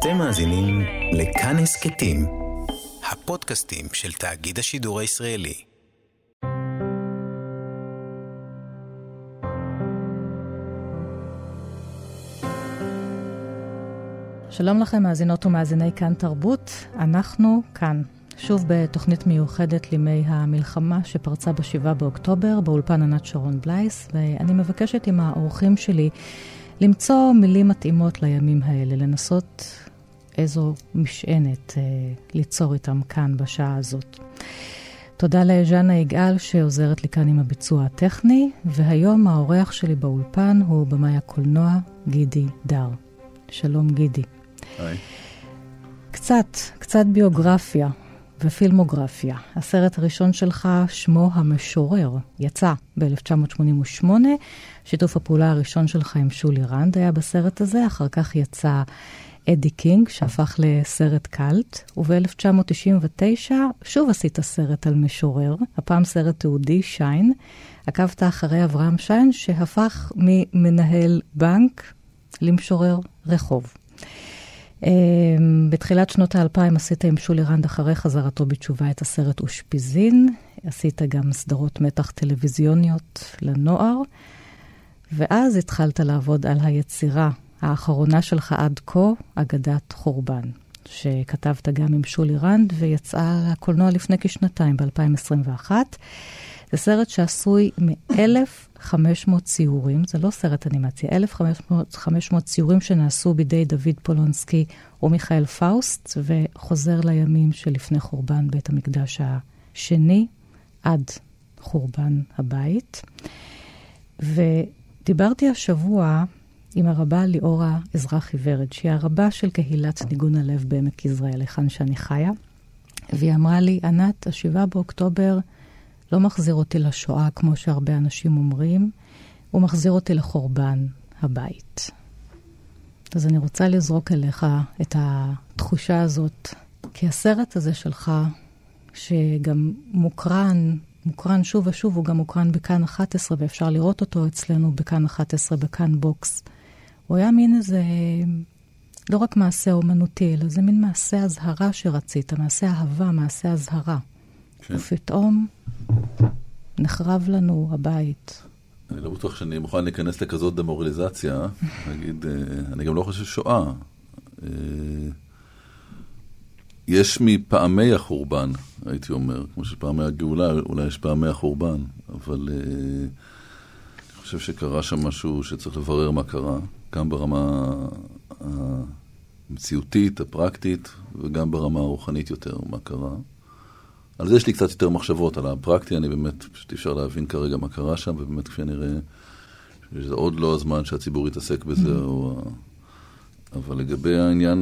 אתם מאזינים לכאן הסכתים, הפודקאסטים של תאגיד השידור הישראלי. שלום לכם מאזינות ומאזיני כאן תרבות, אנחנו כאן. שוב בתוכנית מיוחדת לימי המלחמה שפרצה ב7 באוקטובר באולפן ענת שרון בלייס, ואני מבקשת עם האורחים שלי למצוא מילים מתאימות לימים האלה, לנסות איזו משענת ליצור איתם כאן בשעה הזאת. תודה לז'אנה יגאל שעוזרת לי כאן עם הביצוע הטכני, והיום האורח שלי באולפן הוא במאי הקולנוע גידי דר. שלום גידי. היי. קצת ביוגרפיה ופילמוגרפיה. הסרט הראשון שלך, שמו המשורר, יצא ב-1988. שיתוף הפעולה הראשון שלך עם שולי רנד היה בסרט הזה. אחר כך יצא אדי קינג, שהפך לסרט קלט. וב-1999 שוב עשית סרט על משורר, הפעם סרט תיעודי, שיין. עקבת אחרי אברהם שיין, שהפך ממנהל בנק למשורר רחוב. בתחילת שנות ה-2000 עשית עם שולי רנד אחרי חזרתו בתשובה את הסרט אושפיזין, עשית גם סדרות מתח טלוויזיוניות לנוער, ואז התחלת לעבוד על היצירה האחרונה שלך עד כה, אגדת חורבן, שכתבת גם עם שולי רנד ויצאה לקולנוע לפני כשנתיים, ב-2021. זה סרט שעשוי מ-1,500 ציורים, זה לא סרט אנימציה, 1,500 ציורים שנעשו בידי דוד פולונסקי ומיכאל פאוסט, וחוזר לימים שלפני חורבן בית המקדש השני, עד חורבן הבית. ודיברתי השבוע עם הרבה ליאורה אזרחי ורד, שהיא הרבה של קהילת ניגון הלב בעמק יזרעאל, היכן שאני חיה, והיא אמרה לי, ענת, 7 באוקטובר, לא מחזיר אותי לשואה, כמו שהרבה אנשים אומרים, הוא מחזיר אותי לחורבן הבית. אז אני רוצה לזרוק אליך את התחושה הזאת, כי הסרט הזה שלך, שגם מוקרן שוב ושוב, הוא גם מוקרן בכאן 11, ואפשר לראות אותו אצלנו בכאן 11, בכאן בוקס. הוא היה מין איזה, לא רק מעשה אומנותי, אלא זה מין מעשה הזהרה שרצית, מעשה אהבה, מעשה הזהרה. כן. ופתאום נחרב לנו הבית. אני לא בטוח שאני מוכן להיכנס לכזאת דמורליזציה. נגיד, אני גם לא חושב שואה. יש מפעמי החורבן, הייתי אומר, כמו שפעמי הגאולה, אולי יש פעמי החורבן, אבל אני חושב שקרה שם משהו שצריך לברר מה קרה, גם ברמה המציאותית, הפרקטית, וגם ברמה הרוחנית יותר, מה קרה. על זה יש לי קצת יותר מחשבות, על הפרקטי, אני באמת פשוט אפשר להבין כרגע מה קרה שם, ובאמת כפי נראה, שזה עוד לא הזמן שהציבור יתעסק בזה, אבל לגבי העניין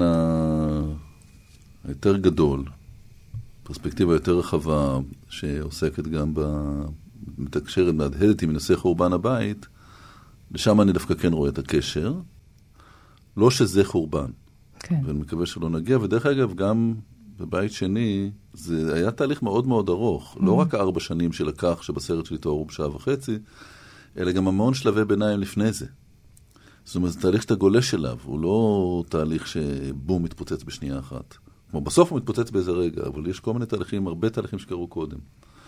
היותר גדול, פרספקטיבה יותר רחבה, שעוסקת גם מתקשרת, מהדהדת עם נושא חורבן הבית, לשם אני דווקא כן רואה את הקשר, לא שזה חורבן, כן. ואני מקווה שלא נגיע, ודרך אגב גם בבית שני, זה היה תהליך מאוד מאוד ארוך, לא רק 4 שנים שלקח, שבסרט שלי תוארו ב1.5 שעות, אלא גם המון שלבי ביניים לפני זה. זאת אומרת, זה תהליך שאתה גולש אליו, הוא לא תהליך שבום מתפוצץ בשנייה אחת. כמו בסוף הוא מתפוצץ באיזה רגע, אבל יש כל מיני תהליכים, הרבה תהליכים שקרו קודם.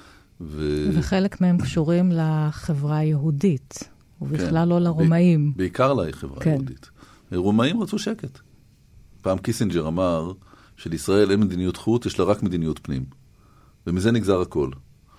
וחלק מהם קשורים לחברה היהודית, ובכלל לא לרומאים. בעיקר לחברה היהודית. רומאים רצו שקט. פעם קיסינג'ר אמר, של ישראל אין מדיניות חוץ, יש לה רק מדיניות פנים. ומזה נגזר הכל.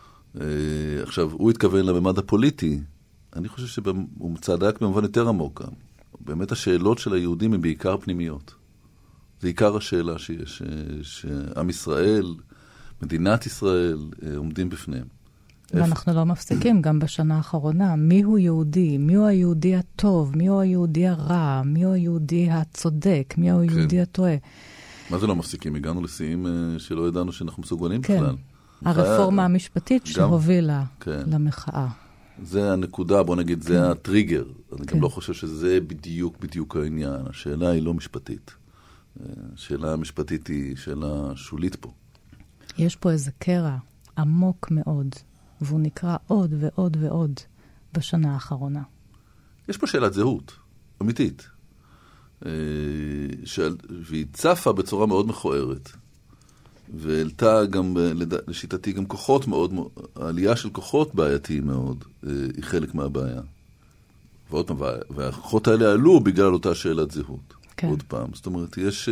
עכשיו, הוא התכוון לממד הפוליטי, אני חושב שהוא צדק במובן יותר עמוק גם. באמת השאלות של היהודים הן בעיקר פנימיות. זה עיקר השאלה שיש, שעם ישראל, מדינת ישראל, עומדים בפניהם. ואנחנו לא מפסיקים גם בשנה האחרונה. מי הוא יהודי? מי הוא היהודי הטוב? מי הוא היהודי הרע? מי הוא היהודי הצודק? מי הוא היהודי הטועה? מה זה לא מפסיקים? הגענו לשיאים שלא ידענו שאנחנו מסוגלים בכלל. הרפורמה המשפטית שהובילה למחאה. זה הנקודה, בוא נגיד, זה הטריגר. אני גם לא חושב שזה בדיוק העניין. השאלה היא לא משפטית. השאלה המשפטית היא שאלה שולית פה. יש פה איזה קרע עמוק מאוד, והוא נקרא עוד ועוד ועוד בשנה האחרונה. יש פה שאלת זהות, אמיתית. והיא צפה בצורה מאוד מכוערת. והעלתה גם, לשיטתי, גם כוחות מאוד, העלייה של כוחות בעייתיים מאוד, היא חלק מהבעיה. ועוד פעם, והכוחות האלה עלו בגלל אותה שאלת זהות. כן. עוד פעם. זאת אומרת,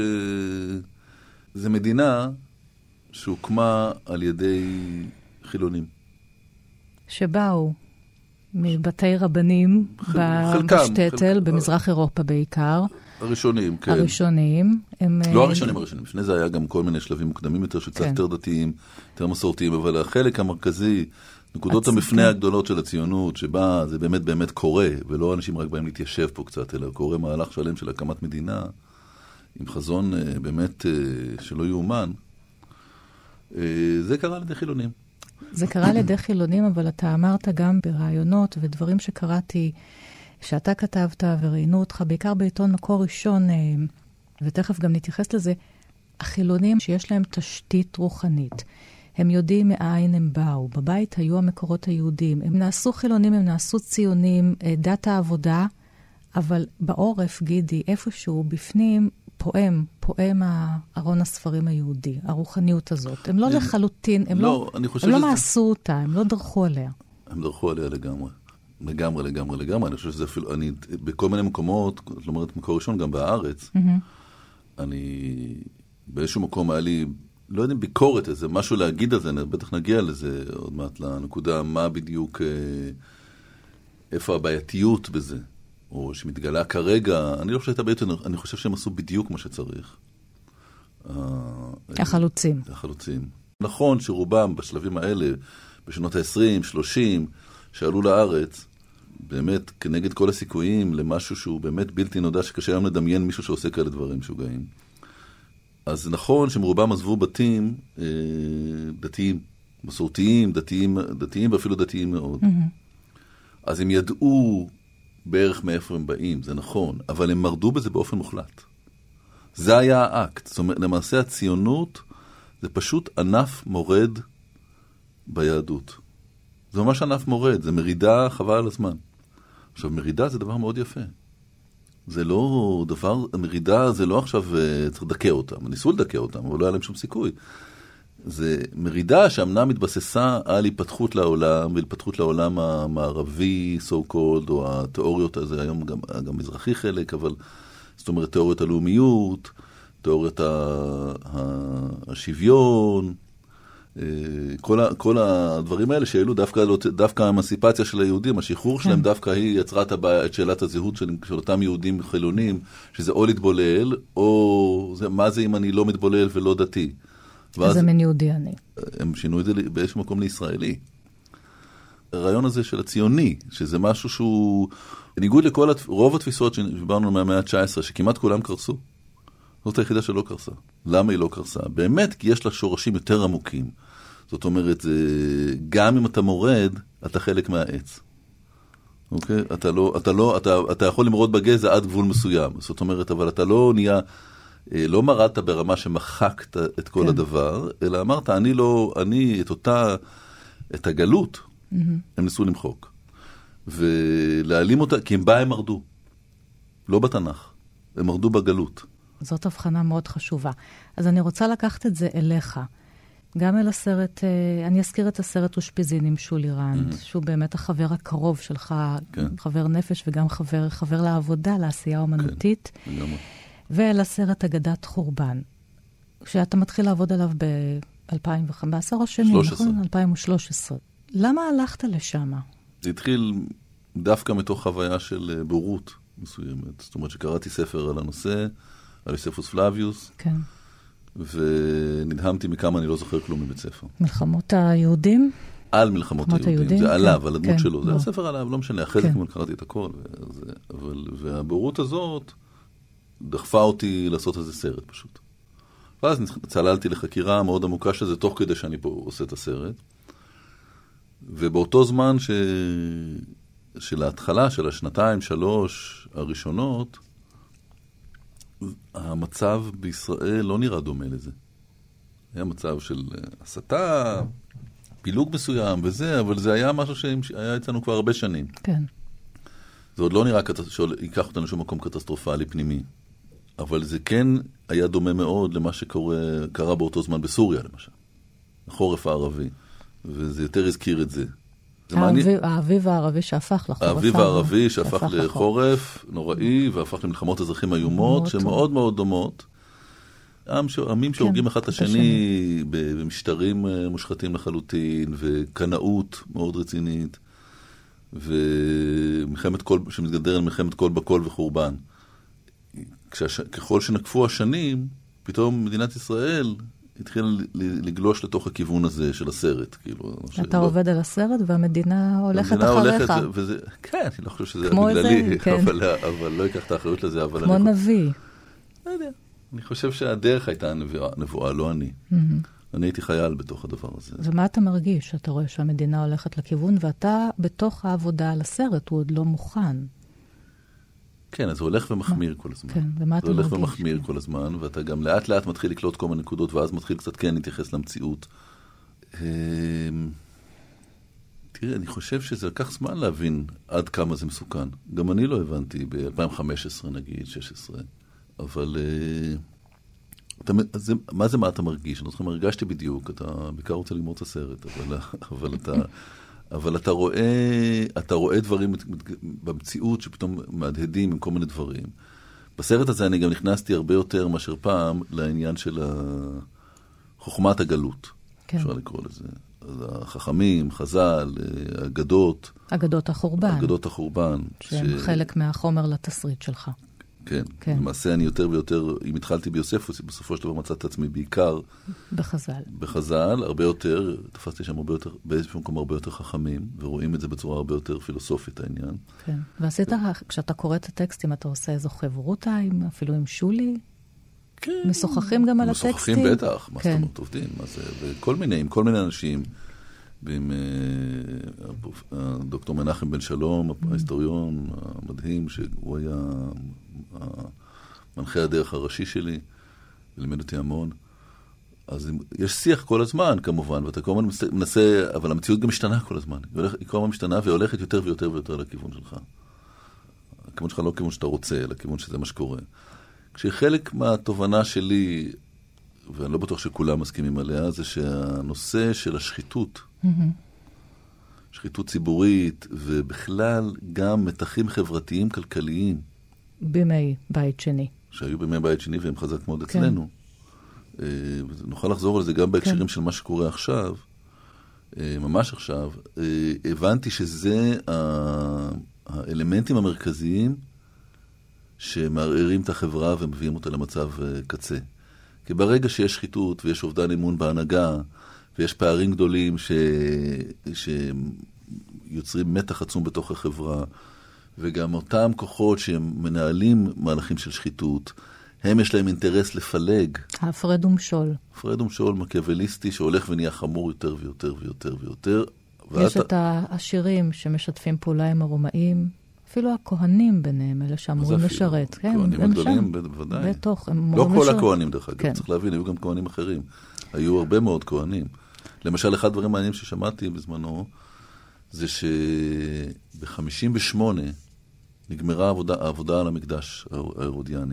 זה מדינה שהוקמה על ידי חילונים. שבאו מבתי רבנים בשטטל, במזרח אירופה בעיקר. הראשונים, כן. הראשונים. לא הראשונים. לפני זה היה גם כל מיני שלבים מוקדמים יותר, שקצת יותר דתיים, יותר מסורתיים, אבל החלק המרכזי, נקודות המפנה הגדולות של הציונות, שבה זה באמת באמת קורה, ולא אנשים רק באים להתיישב פה קצת, אלא קורה מהלך שלם של הקמת מדינה, עם חזון באמת שלא יאומן, זה קרה על ידי חילונים. זה קרה על ידי חילונים, אבל אתה אמרת גם ברעיונות ודברים שקראתי, שאתה כתבת וראינו אותך, בעיקר בעיתון מקור ראשון, ותכף גם נתייחס לזה, החילונים שיש להם תשתית רוחנית, הם יודעים מאין הם באו, בבית היו המקורות היהודים, הם נעשו חילונים, הם נעשו ציונים, דת העבודה, אבל בעורף, גידי, איפשהו בפנים, פועם ארון הספרים היהודי, הרוחניות הזאת. הם לא לחלוטין, הם לא מעשו אותה, הם לא דרכו עליה. הם דרכו עליה לגמרי. לגמרי. אני חושב שזה אפילו, בכל מיני מקומות, זאת אומרת, מקור ראשון, גם בארץ, אני, באיזשהו מקום היה לי, לא יודע אם ביקורת איזה, משהו להגיד על זה, בטח נגיע לזה עוד מעט לנקודה, מה בדיוק, איפה הבעייתיות בזה, או שמתגלה כרגע, אני לא חושב שהייתה בעייתיות, אני חושב שהם עשו בדיוק מה שצריך. החלוצים. נכון שרובם בשלבים האלה, בשנות ה-20, 30, שעלו לארץ, באמת כנגד כל הסיכויים למשהו שהוא באמת בלתי נודע, שקשה היום לדמיין מישהו שעושה כאלה דברים משוגעים. אז נכון שמרובם עזבו בתים דתיים, מסורתיים, דתיים ואפילו דתיים מאוד. אז הם ידעו בערך מאיפה הם באים, זה נכון, אבל הם מרדו בזה באופן מוחלט. זה היה האקט. זאת אומרת, למעשה הציונות זה פשוט ענף מורד ביהדות. זה ממש ענף מורד, זה מרידה חבל על הזמן. עכשיו, מרידה זה דבר מאוד יפה. זה לא דבר, מרידה זה לא עכשיו צריך לדכא אותם. ניסו לדכא אותם, אבל לא היה להם שום סיכוי. זה מרידה שאמנם מתבססה על היפתחות לעולם, והתפתחות לעולם המערבי, so called, או התיאוריות הזה, היום גם מזרחי חלק, אבל זאת אומרת, תיאוריות הלאומיות, תיאוריות השוויון, כל הדברים האלה שהעלו דווקא האמנסיפציה של היהודים, השחרור שלהם דווקא היא יצרה את שאלת הזהות של אותם יהודים חילונים, שזה או להתבולל, או מה זה אם אני לא מתבולל ולא דתי. איזה מין יהודי אני. הם שינו את זה באיזשהו מקום לישראלי. הרעיון הזה של הציוני, שזה משהו שהוא, בניגוד לכל רוב התפיסות שדיברנו מהמאה ה-19, שכמעט כולם קרסו, זאת היחידה שלא קרסה. למה היא לא קרסה? באמת כי יש לה שורשים יותר עמוקים. זאת אומרת, גם אם אתה מורד, אתה חלק מהעץ. אוקיי? אתה יכול למרוד בגזע עד גבול מסוים. זאת אומרת, אבל אתה לא נהיה, לא מרדת ברמה שמחקת את כל הדבר, אלא אמרת, את הגלות, הם ניסו למחוק. ולהעלים אותה, כי הם בה הם מרדו. לא בתנ"ך. הם מרדו בגלות. זאת הבחנה מאוד חשובה. אז אני רוצה לקחת את זה אליך. גם אל הסרט, אני אזכיר את הסרט אושפיזין עם שולי רנד, שהוא באמת החבר הקרוב שלך, חבר נפש וגם חבר לעבודה, לעשייה אומנותית. ואל הסרט אגדת חורבן, שאתה מתחיל לעבוד עליו ב-2015 השני, נכון? 2013. למה הלכת לשם? זה התחיל דווקא מתוך חוויה של בורות מסוימת. זאת אומרת שקראתי ספר על הנושא, על יוספוס פלביוס. כן. ונדהמתי מכמה אני לא זוכר כלום מבית ספר. מלחמות היהודים? על מלחמות היהודים. זה עליו, על הדמות שלו. זה הספר עליו, לא משנה. אחרי זה כמו קראתי את הכל. והבורות הזאת דחפה אותי לעשות איזה סרט פשוט. ואז צללתי לחקירה מאוד עמוקה שזה תוך כדי שאני פה עושה את הסרט. ובאותו זמן של ההתחלה, של השנתיים, 3 הראשונות, המצב בישראל לא נראה דומה לזה. היה מצב של הסתה, פילוג מסוים וזה, אבל זה היה משהו שהיה אצלנו כבר הרבה שנים. כן. זה עוד לא נראה שיקח אותנו שום מקום קטסטרופלי פנימי. אבל זה כן היה דומה מאוד למה שקרה באותו זמן בסוריה, למשל. החורף הערבי. וזה יותר הזכיר את זה. האביב הערבי שהפך לחורף. האביב הערבי שהפך לחורף נוראי, והפך למלחמות אזרחים איומות, שמאוד מאוד דומות. עמים שהורגים אחד את השני במשטרים מושחתים לחלוטין, וקנאות מאוד רצינית, שמתגדר על מלחמת כל בכל וחורבן. ככל שנקפו השנים, פתאום מדינת ישראל התחילה לגלוש לתוך הכיוון הזה של הסרט. אתה עובד על הסרט והמדינה הולכת אחריך. כן, אני לא חושב שזה בגללי, אבל לא אקח את האחריות לזה. כמו נביא. לא יודע. אני חושב שהדרך הייתה נבואה, לא אני. אני הייתי חייל בתוך הדבר הזה. ומה אתה מרגיש? אתה רואה שהמדינה הולכת לכיוון, ואתה בתוך העבודה על הסרט, הוא עוד לא מוכן. כן, אז הוא הולך ומחמיר כל הזמן. כן, ומה אתה מרגיש? הוא הולך ומחמיר כל הזמן, ואתה גם לאט לאט מתחיל לקלוט כל מיני נקודות, ואז מתחיל קצת כן להתייחס למציאות. תראה, אני חושב שזה לקח זמן להבין עד כמה זה מסוכן. גם אני לא הבנתי ב-2015 נגיד, 16. אבל מה אתה מרגיש? אני זוכר, הרגשתי בדיוק, אתה בעיקר רוצה לגמור את הסרט, אבל אתה רואה דברים במציאות שפתאום מהדהדים עם כל מיני דברים. בסרט הזה אני גם נכנסתי הרבה יותר מאשר פעם לעניין של חוכמת הגלות, אפשר לקרוא לזה. החכמים, חז"ל, אגדות. אגדות החורבן. אגדות החורבן. שהם חלק מהחומר לתסריט שלך. כן. למעשה אני יותר ויותר, אם התחלתי ביוספוס, בסופו של דבר מצאתי את עצמי בעיקר בחז"ל, הרבה יותר, תפסתי שם הרבה יותר, באיזשהו מקום הרבה יותר חכמים, ורואים את זה בצורה הרבה יותר פילוסופית העניין. כן. ועשית, כשאתה קורא את הטקסטים, אתה עושה איזו חברותה, אפילו עם שולי? כן. משוחחים גם על הטקסטים? משוחחים בטח, מה זאת אומרת, עובדים, עם כל מיני אנשים, ועם דוקטור מנחם בן שלום, ההיסטוריון המדהים, שהוא היה מנחה הדרך הראשי שלי, ולימד אותי המון. אז יש שיח כל הזמן, כמובן, ואתה כל הזמן מנסה, אבל המציאות גם משתנה כל הזמן. היא כל הזמן משתנה והולכת יותר ויותר ויותר לכיוון שלך. הכיוון שלך לא כיוון שאתה רוצה, אלא כיוון שזה מה שקורה. כשחלק מהתובנה שלי, ואני לא בטוח שכולם מסכימים עליה, זה שהנושא של השחיתות, שחיתות ציבורית, ובכלל גם מתחים חברתיים כלכליים. בימי בית שני. שהיו בימי בית שני והם חזק מאוד אצלנו. נוכל לחזור על זה גם בהקשרים של מה שקורה עכשיו, ממש עכשיו. הבנתי שזה האלמנטים המרכזיים שמערערים את החברה ומביאים אותה למצב קצה. כי ברגע שיש שחיתות ויש אובדן אמון בהנהגה, ויש פערים גדולים שיוצרים מתח עצום בתוך החברה, וגם אותם כוחות שמנהלים מהלכים של שחיתות, הם יש להם אינטרס לפלג. הפרד ומשול. הפרד ומשול מקיאווליסטי שהולך ונהיה חמור יותר ויותר ויותר ויותר. יש את העשירים שמשתפים פעולה עם הרומאים, אפילו הכהנים ביניהם, אלה שאמורים לשרת. כהנים הגדולים, בוודאי. לא כל הכהנים דרך אגב, צריך להבין, היו גם כהנים אחרים. היו הרבה מאוד כהנים. למשל, אחד הדברים מעניינים ששמעתי בזמנו, זה שב-58 נגמרה העבודה על המקדש ההרודיאני.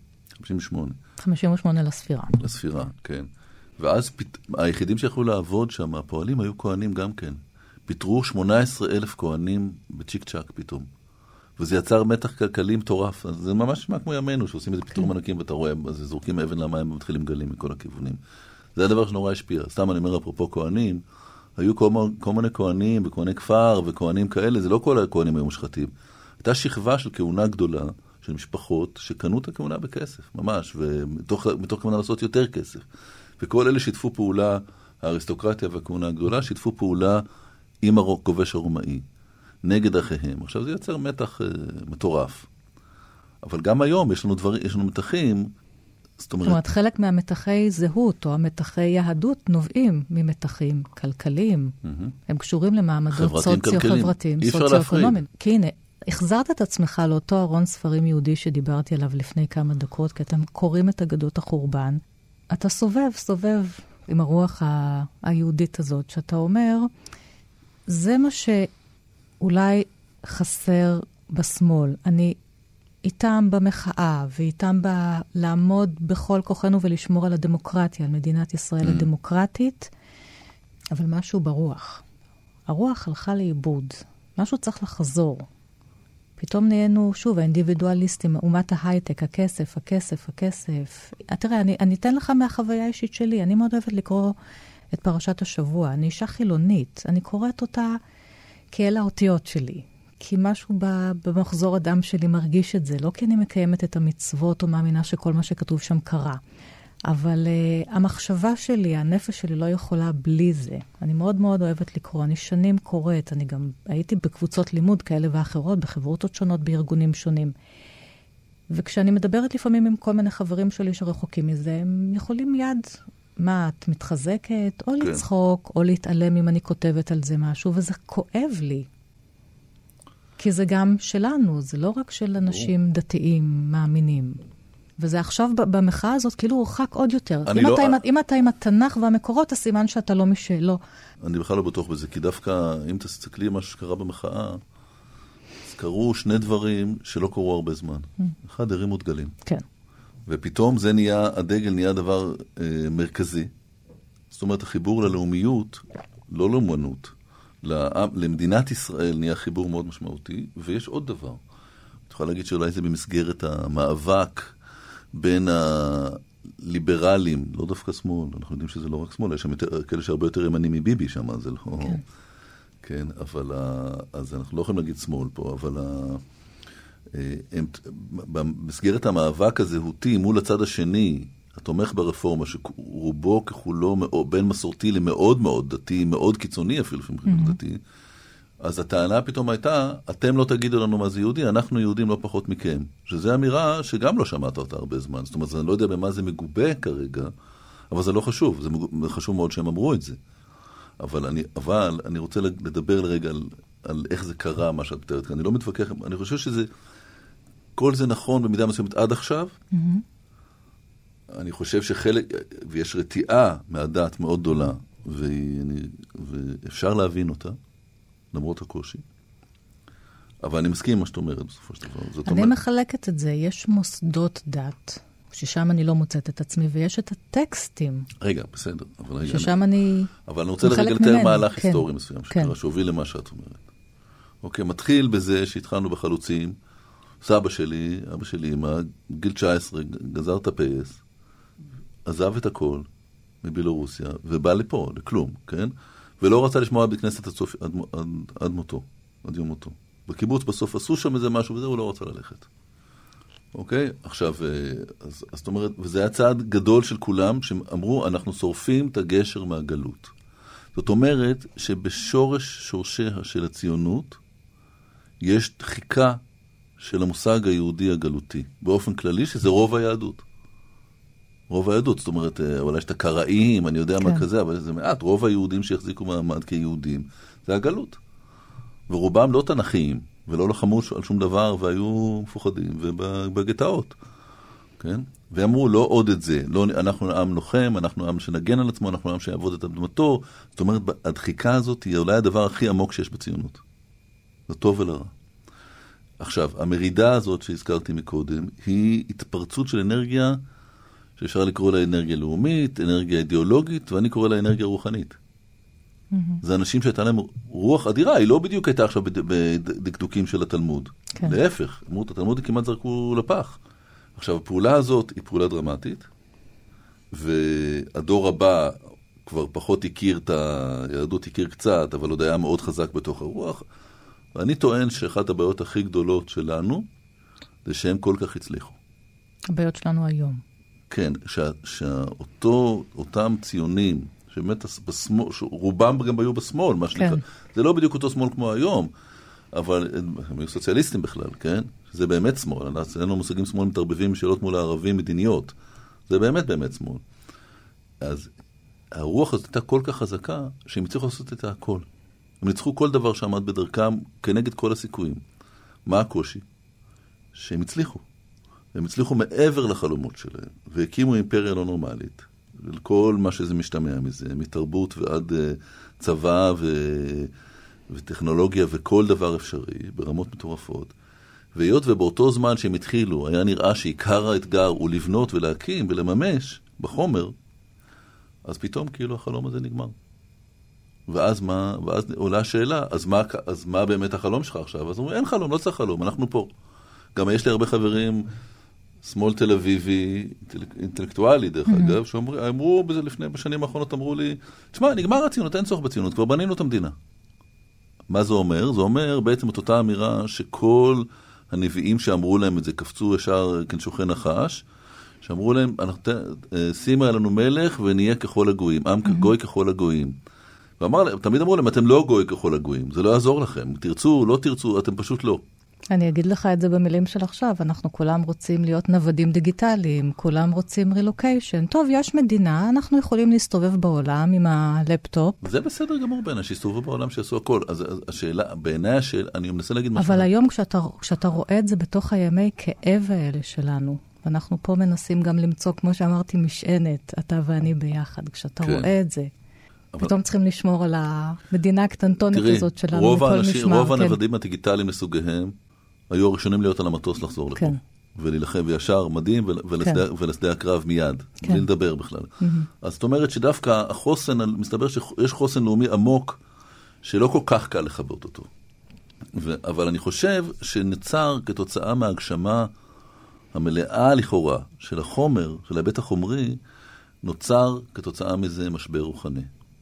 58 לספירה. לספירה, כן. ואז היחידים שיכולו לעבוד שם, הפועלים היו כהנים גם כן. פיטרו 18,000 כהנים בצ'יק צ'ק פתאום. וזה יצר מתח כלכלי מטורף. אז זה ממש מה כמו ימינו, שעושים איזה פיטורים ענקים, ואתה רואה, אז זורקים אבן למים ומתחילים גלים מכל הכיוונים. זה הדבר שנורא השפיע. סתם אני אומר, אפרופו כהנים, היו כל מיני כהנים, וכהני כפר, וכהנים כאלה, זה לא כל הכהנים היו מושחתים. הייתה שכבה של כהונה גדולה, של משפחות, שקנו את הכהונה בכסף, ממש, ומתוך כהונה לעשות יותר כסף. וכל אלה שיתפו פעולה, האריסטוקרטיה והכהונה הגדולה, שיתפו פעולה עם הכובש הרומאי, נגד אחיהם. עכשיו זה יוצר מתח מטורף. אבל גם היום יש לנו מתחים, זאת אומרת, חלק מהמתחי זהות או המתחי יהדות נובעים ממתחים כלכליים. הם קשורים למעמדות סוציו-חברתיים, סוציו-אקונומיים. כי הנה, החזרת את עצמך לאותו ארון ספרים יהודי שדיברתי עליו לפני כמה דקות, כי אתם קוראים את אגדות החורבן. אתה סובב עם הרוח היהודית הזאת, שאתה אומר, זה מה שאולי חסר בשמאל. אני איתם במחאה, ואיתם לעמוד בכל כוחנו ולשמור על הדמוקרטיה, על מדינת ישראל הדמוקרטית, אבל משהו ברוח. הרוח הלכה לאיבוד. משהו צריך לחזור. פתאום נהיינו, שוב, האינדיבידואליסטים, אומת ההייטק, הכסף. תראה, אני אתן לך מהחוויה האישית שלי. אני מאוד אוהבת לקרוא את פרשת השבוע. אני אישה חילונית. אני קוראת אותה כאלה האותיות שלי. כי משהו במחזור הדם שלי מרגיש את זה. לא כי אני מקיימת את המצוות או מאמינה שכל מה שכתוב שם קרה. אבל המחשבה שלי, הנפש שלי לא יכולה בלי זה. אני מאוד מאוד אוהבת לקרוא. אני שנים קוראת. אני גם הייתי בקבוצות לימוד כאלה ואחרות, בחברותות שונות, בארגונים שונים. וכשאני מדברת לפעמים עם כל מיני חברים שלי שרחוקים מזה, הם יכולים מיד, מה, את מתחזקת? או לצחוק, או להתעלם אם אני כותבת על זה משהו, וזה כואב לי. כי זה גם שלנו, זה לא רק של אנשים דתיים, מאמינים. וזה עכשיו במחאה הזאת כאילו הורחק עוד יותר. אם אתה עם התנ"ך והמקורות, הסימן שאתה לא משלו. אני בכלל לא בטוח בזה, כי דווקא אם תסתכלי מה שקרה במחאה, אז קרו שני דברים שלא קרו הרבה זמן. אחד, הרימו דגלים. כן. ופתאום זה נהיה, הדגל נהיה דבר מרכזי. זאת אומרת, החיבור ללאומיות, לא לאומנות, למדינת ישראל נהיה חיבור מאוד משמעותי, ויש עוד דבר. את יכולה להגיד שאולי זה במסגרת המאבק בין הליברלים, לא דווקא שמאל, אנחנו יודעים שזה לא רק שמאל, יש שם כאלה שהרבה יותר ימנים מביבי שם, זה לא... כן. כן, אבל... אז אנחנו לא יכולים להגיד שמאל פה, אבל... במסגרת המאבק הזהותי מול הצד השני, התומך ברפורמה, שרובו ככולו בין מסורתי למאוד מאוד דתי, מאוד קיצוני אפילו לפעמים דתי, אז הטענה פתאום הייתה, אתם לא תגידו לנו מה זה יהודי, אנחנו יהודים לא פחות מכם. שזו אמירה שגם לא שמעת אותה הרבה זמן. זאת אומרת, אני לא יודע במה זה מגובה כרגע, אבל זה לא חשוב. זה חשוב מאוד שהם אמרו את זה. אבל אני רוצה לדבר לרגע על איך זה קרה, מה שאת מתארת כאן. אני לא מתווכח, אני חושב שזה, כל זה נכון במידה מסוימת עד עכשיו. אני חושב שחלק, ויש רתיעה מהדת מאוד גדולה, ואפשר להבין אותה. למרות הקושי. אבל אני מסכים עם מה שאת אומרת בסופו של דבר. אני מחלקת את זה. יש מוסדות דת, ששם אני לא מוצאת את עצמי, ויש את הטקסטים. רגע, בסדר. ששם אני... אבל אני רוצה לרגע לתאר מהלך היסטורי מסוים, שקרה, שהוביל למה שאת אומרת. אוקיי, מתחיל בזה שהתחלנו בחלוצים, סבא שלי, אבא שלי, גיל 19, גזר את הפייס, עזב את הכל מבילורוסיה, ובא לפה, לכלום, כן? ולא רצה לשמוע בכנסת עד מותו, עד יום מותו. בקיבוץ בסוף עשו שם איזה משהו וזה, הוא לא רצה ללכת. אוקיי? עכשיו, אז זאת אומרת, וזה היה צעד גדול של כולם, שאמרו, אנחנו שורפים את הגשר מהגלות. זאת אומרת, שורשיה של הציונות, יש דחיקה של המושג היהודי הגלותי, באופן כללי, שזה רוב היהדות. רוב היהדות, זאת אומרת, אולי יש את הקראים, אני יודע מה כזה, אבל זה מעט, רוב היהודים שהחזיקו מעמד כיהודים, זה הגלות. ורובם לא תנכיים, ולא לחמו על שום דבר, והיו מפוחדים, ובגטאות. כן? ואמרו, לא עוד את זה, לא, אנחנו עם לוחם, אנחנו עם שנגן על עצמו, אנחנו עם שיעבוד את אדמתו. זאת אומרת, הדחיקה הזאת היא אולי הדבר הכי עמוק שיש בציונות. זה טוב ולרע. עכשיו, המרידה הזאת שהזכרתי מקודם, היא התפרצות של אנרגיה, שאפשר לקרוא לה אנרגיה לאומית, אנרגיה אידיאולוגית, ואני קורא לה אנרגיה רוחנית. זה אנשים שהייתה להם רוח אדירה, היא לא בדיוק הייתה עכשיו בדקדוקים של התלמוד. להפך, אמרו, את התלמוד כמעט זרקו לפח. עכשיו, הפעולה הזאת היא פעולה דרמטית, והדור הבא כבר פחות הכיר את היהדות, הכיר קצת, אבל עוד היה מאוד חזק בתוך הרוח, ואני טוען שאחת הבעיות הכי גדולות שלנו, זה שהם כל כך הצליחו. הבעיות שלנו היום. כן, שאותם ציונים, שבאמת בשמאל, רובם גם היו בשמאל, מה שנקרא. זה לא בדיוק אותו שמאל כמו היום, אבל הם היו סוציאליסטים בכלל, כן? זה באמת שמאל. אין לנו מושגים שמאל מתערבבים בשאלות מול הערבים מדיניות. זה באמת באמת שמאל. אז הרוח הזאת הייתה כל כך חזקה, שהם הצליחו לעשות את הכל. הם ניצחו כל דבר שעמד בדרכם כנגד כל הסיכויים. מה הקושי? שהם הצליחו. הם הצליחו מעבר לחלומות שלהם, והקימו אימפריה לא נורמלית. כל מה שזה משתמע מזה, מתרבות ועד צבא וטכנולוגיה וכל דבר אפשרי, ברמות מטורפות. והיות ובאותו זמן שהם התחילו, היה נראה שעיקר האתגר הוא לבנות ולהקים ולממש בחומר, אז פתאום כאילו החלום הזה נגמר. ואז עולה השאלה, אז מה באמת החלום שלך עכשיו? אז אומרים, אין חלום, לא צריך חלום, אנחנו פה. גם יש לי הרבה חברים, שמאל תל אביבי, אינטלקטואלי דרך אגב, שאמרו בזה בשנים האחרונות, אמרו לי, תשמע, נגמר הציונות, אין צורך בציונות, כבר בנינו את המדינה. מה זה אומר? זה אומר בעצם את אותה אמירה שכל הנביאים שאמרו להם את זה קפצו ישר כנשוכי נחש, שאמרו להם, שימה לנו מלך ונהיה ככל הגויים, עם גוי ככל הגויים. תמיד אמרו להם, אתם לא גוי ככל הגויים, זה לא יעזור לכם. תרצו, לא תרצו, אתם פשוט לא. אני אגיד לך את זה במילים של עכשיו, אנחנו כולם רוצים להיות נוודים דיגיטליים, כולם רוצים רילוקיישן. טוב, יש מדינה, אנחנו יכולים להסתובב בעולם עם הלפטופ. זה בסדר גמור בעיניי, שיסתובבו בעולם שיעשו הכל. אז השאלה, בעיניי אני מנסה להגיד משהו. אבל היום כשאתה רואה את זה בתוך הימי כאב האלה שלנו, ואנחנו פה מנסים גם למצוא, כמו שאמרתי, משענת, אתה ואני ביחד, כשאתה רואה את זה. פתאום צריכים לשמור על המדינה הקטנטונית הזאת שלנו. רוב הנוודים הדיגיטליים לסוגיהם, היו הראשונים להיות על המטוס לחזור לפה. ולהילחם וישר מדהים ולשדה הקרב מיד. בלי לדבר בכלל. אז זאת אומרת שדווקא החוסן, מסתבר שיש חוסן לאומי עמוק, שלא כל כך קל לחבות אותו. אבל אני חושב שנצר כתוצאה מההגשמה המלאה לכאורה של החומר, של ההיבט החומרי, נוצר כתוצאה מזה משבר רוחני.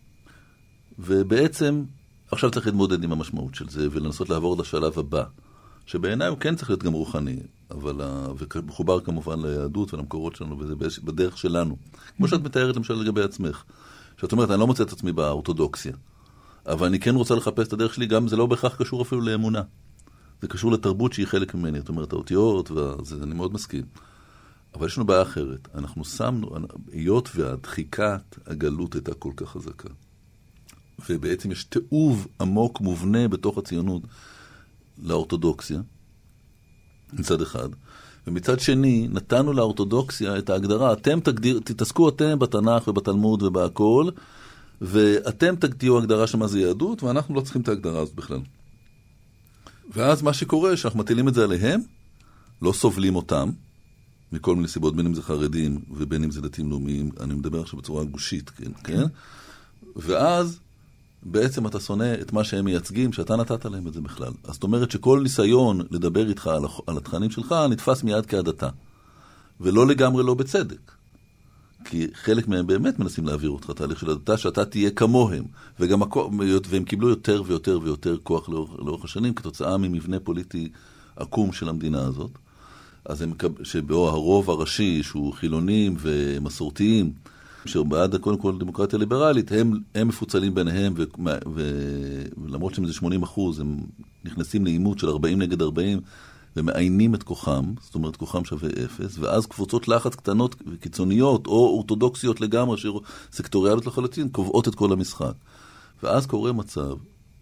ובעצם עכשיו צריך להתמודד עם המשמעות של זה ולנסות לעבור לשלב הבא. שבעיניי הוא כן צריך להיות גם רוחני, אבל ומחובר כמובן ליהדות ולמקורות שלנו, וזה בדרך שלנו. כמו שאת מתארת למשל לגבי עצמך, שאת אומרת, אני לא מוצא את עצמי באורתודוקסיה, אבל אני כן רוצה לחפש את הדרך שלי, גם זה לא בהכרח קשור אפילו לאמונה. זה קשור לתרבות שהיא חלק ממני, את אומרת, האותיות, ואני מאוד מסכים. אבל יש לנו בעיה אחרת. אנחנו שמנו, היות והדחיקת הגלות הייתה כל כך חזקה, ובעצם יש תיעוב עמוק מובנה בתוך הציונות, לאורתודוקסיה, מצד אחד, ומצד שני, נתנו לאורתודוקסיה את ההגדרה, תתעסקו אתם בתנ"ך ובתלמוד ובהכל, ואתם תהיו הגדרה של מה זה יהדות, ואנחנו לא צריכים את ההגדרה הזאת בכלל. ואז מה שקורה, שאנחנו מטילים את זה עליהם, לא סובלים אותם, מכל מיני סיבות, בין אם זה חרדים, ובין אם זה דתיים לאומיים, אני מדבר עכשיו בצורה גושית, כן? ואז, בעצם אתה שונא את מה שהם מייצגים, שאתה נתת להם את זה בכלל. אז זאת אומרת שכל ניסיון לדבר איתך על התכנים שלך, נתפס מיד כעדתה. ולא לגמרי לא בצדק. כי חלק מהם באמת מנסים להעביר אותך תהליך של עדתה, שאתה תהיה כמוהם. והם קיבלו יותר ויותר ויותר כוח לאורך השנים, כתוצאה ממבנה פוליטי עקום של המדינה הזאת. אז שבו הרוב הראשי, שהוא חילונים ומסורתיים, שבעד קודם כל דמוקרטיה ליברלית, הם מפוצלים ביניהם, ולמרות שהם זה 80%, הם נכנסים לאימות של 40 נגד 40, ומעיינים את כוחם, זאת אומרת כוחם שווה 0, ואז קבוצות לחץ קטנות וקיצוניות, או אורתודוקסיות לגמרי, סקטוריאליות לחלוטין, קובעות את כל המשחק. ואז קורה מצב,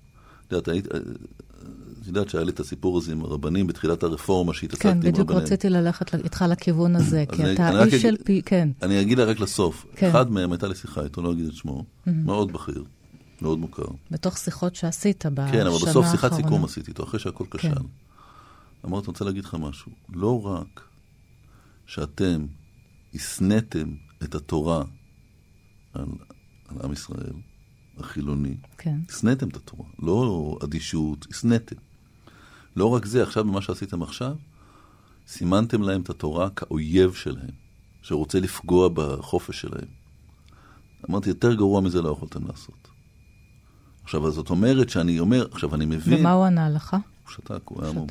יודעת שהיה לי את הסיפור הזה עם הרבנים בתחילת הרפורמה שהתעסקתי עם רבנים. כן, בדיוק רציתי ללכת איתך לכיוון הזה, כי אתה איש של פי, כן. אני אגיד לה רק לסוף. אחד מהם הייתה לי שיחה איתו, לא אגיד את שמו, מאוד בכיר, מאוד מוכר. בתוך שיחות שעשית בשנה האחרונה. כן, אבל בסוף שיחת סיכום עשיתי איתו, אחרי שהכל כשל. אמרתי, אני רוצה להגיד לך משהו. לא רק שאתם הסנתם את התורה על עם ישראל, החילוני, הסנתם את התורה, לא אדישות, הסנתם. לא רק זה, עכשיו במה שעשיתם עכשיו, סימנתם להם את התורה כאויב שלהם, שרוצה לפגוע בחופש שלהם. אמרתי, יותר גרוע מזה לא יכולתם לעשות. עכשיו, אז זאת אומרת שאני אומר, עכשיו אני מבין... ומה הוא ענה לך? הוא שתק, הוא היה מום.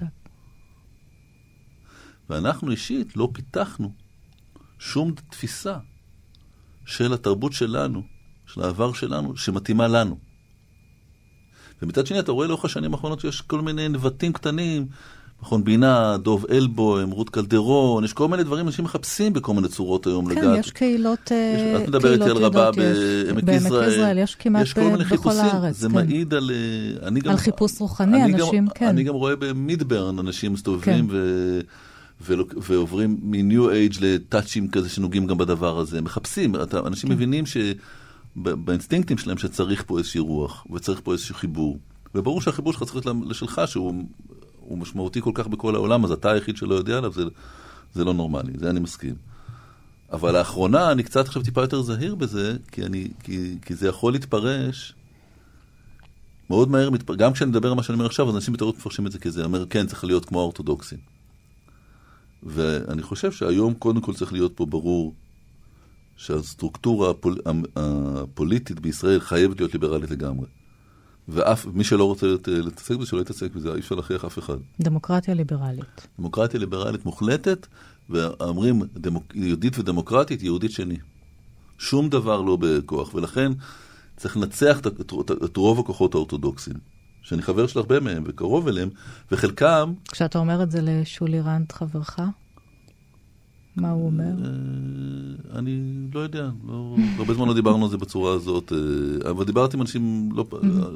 ואנחנו אישית לא פיתחנו שום תפיסה של התרבות שלנו, של העבר שלנו, שמתאימה לנו. ומצד שני, אתה רואה לאורך השנים האחרונות שיש כל מיני נבטים קטנים, מכון בינה, דוב אלבוים, רות קלדרון, יש כל מיני דברים, אנשים מחפשים בכל מיני צורות היום לגעת. כן, יש קהילות את מדברת על רבה בעמק יזרעאל. יש כמעט בכל הארץ. זה מעיד על... על חיפוש רוחני, אנשים, כן. אני גם רואה במידברן, אנשים מסתובבים ועוברים מ-New Age לטאצ'ים כזה שנוגעים גם בדבר הזה. מחפשים, אנשים מבינים באינסטינקטים שלהם שצריך פה איזושהי רוח, וצריך פה איזשהו חיבור. וברור שהחיבור שלך צריך להיות לשלך, שהוא הוא משמעותי כל כך בכל העולם, אז אתה היחיד שלא יודע עליו, זה לא נורמלי, זה אני מסכים. אבל לאחרונה אני קצת עכשיו טיפה יותר זהיר בזה, כי זה יכול להתפרש מאוד מהר, גם כשאני מדבר על מה שאני אומר עכשיו, אז אנשים בטעות מפרשים את זה כזה, אומר, כן, צריך להיות כמו האורתודוקסים. ואני חושב שהיום קודם כל צריך להיות פה ברור שהסטרוקטורה הפוליטית בישראל חייבת להיות ליברלית לגמרי. ואף מי שלא רוצה להתעסק בזה, שלא יתעסק בזה, אי אפשר להכריח אף אחד. דמוקרטיה ליברלית. דמוקרטיה ליברלית מוחלטת, ואומרים יהודית ודמוקרטית, יהודית שני. שום דבר לא בכוח, ולכן צריך לנצח את רוב הכוחות האורתודוקסים, שאני חבר של הרבה מהם וקרוב אליהם, וחלקם... כשאתה אומר את זה לשולי רנד חברך, מה הוא אומר? אני לא יודע, הרבה זמן לא דיברנו על זה בצורה הזאת, אבל דיברתי עם אנשים לא...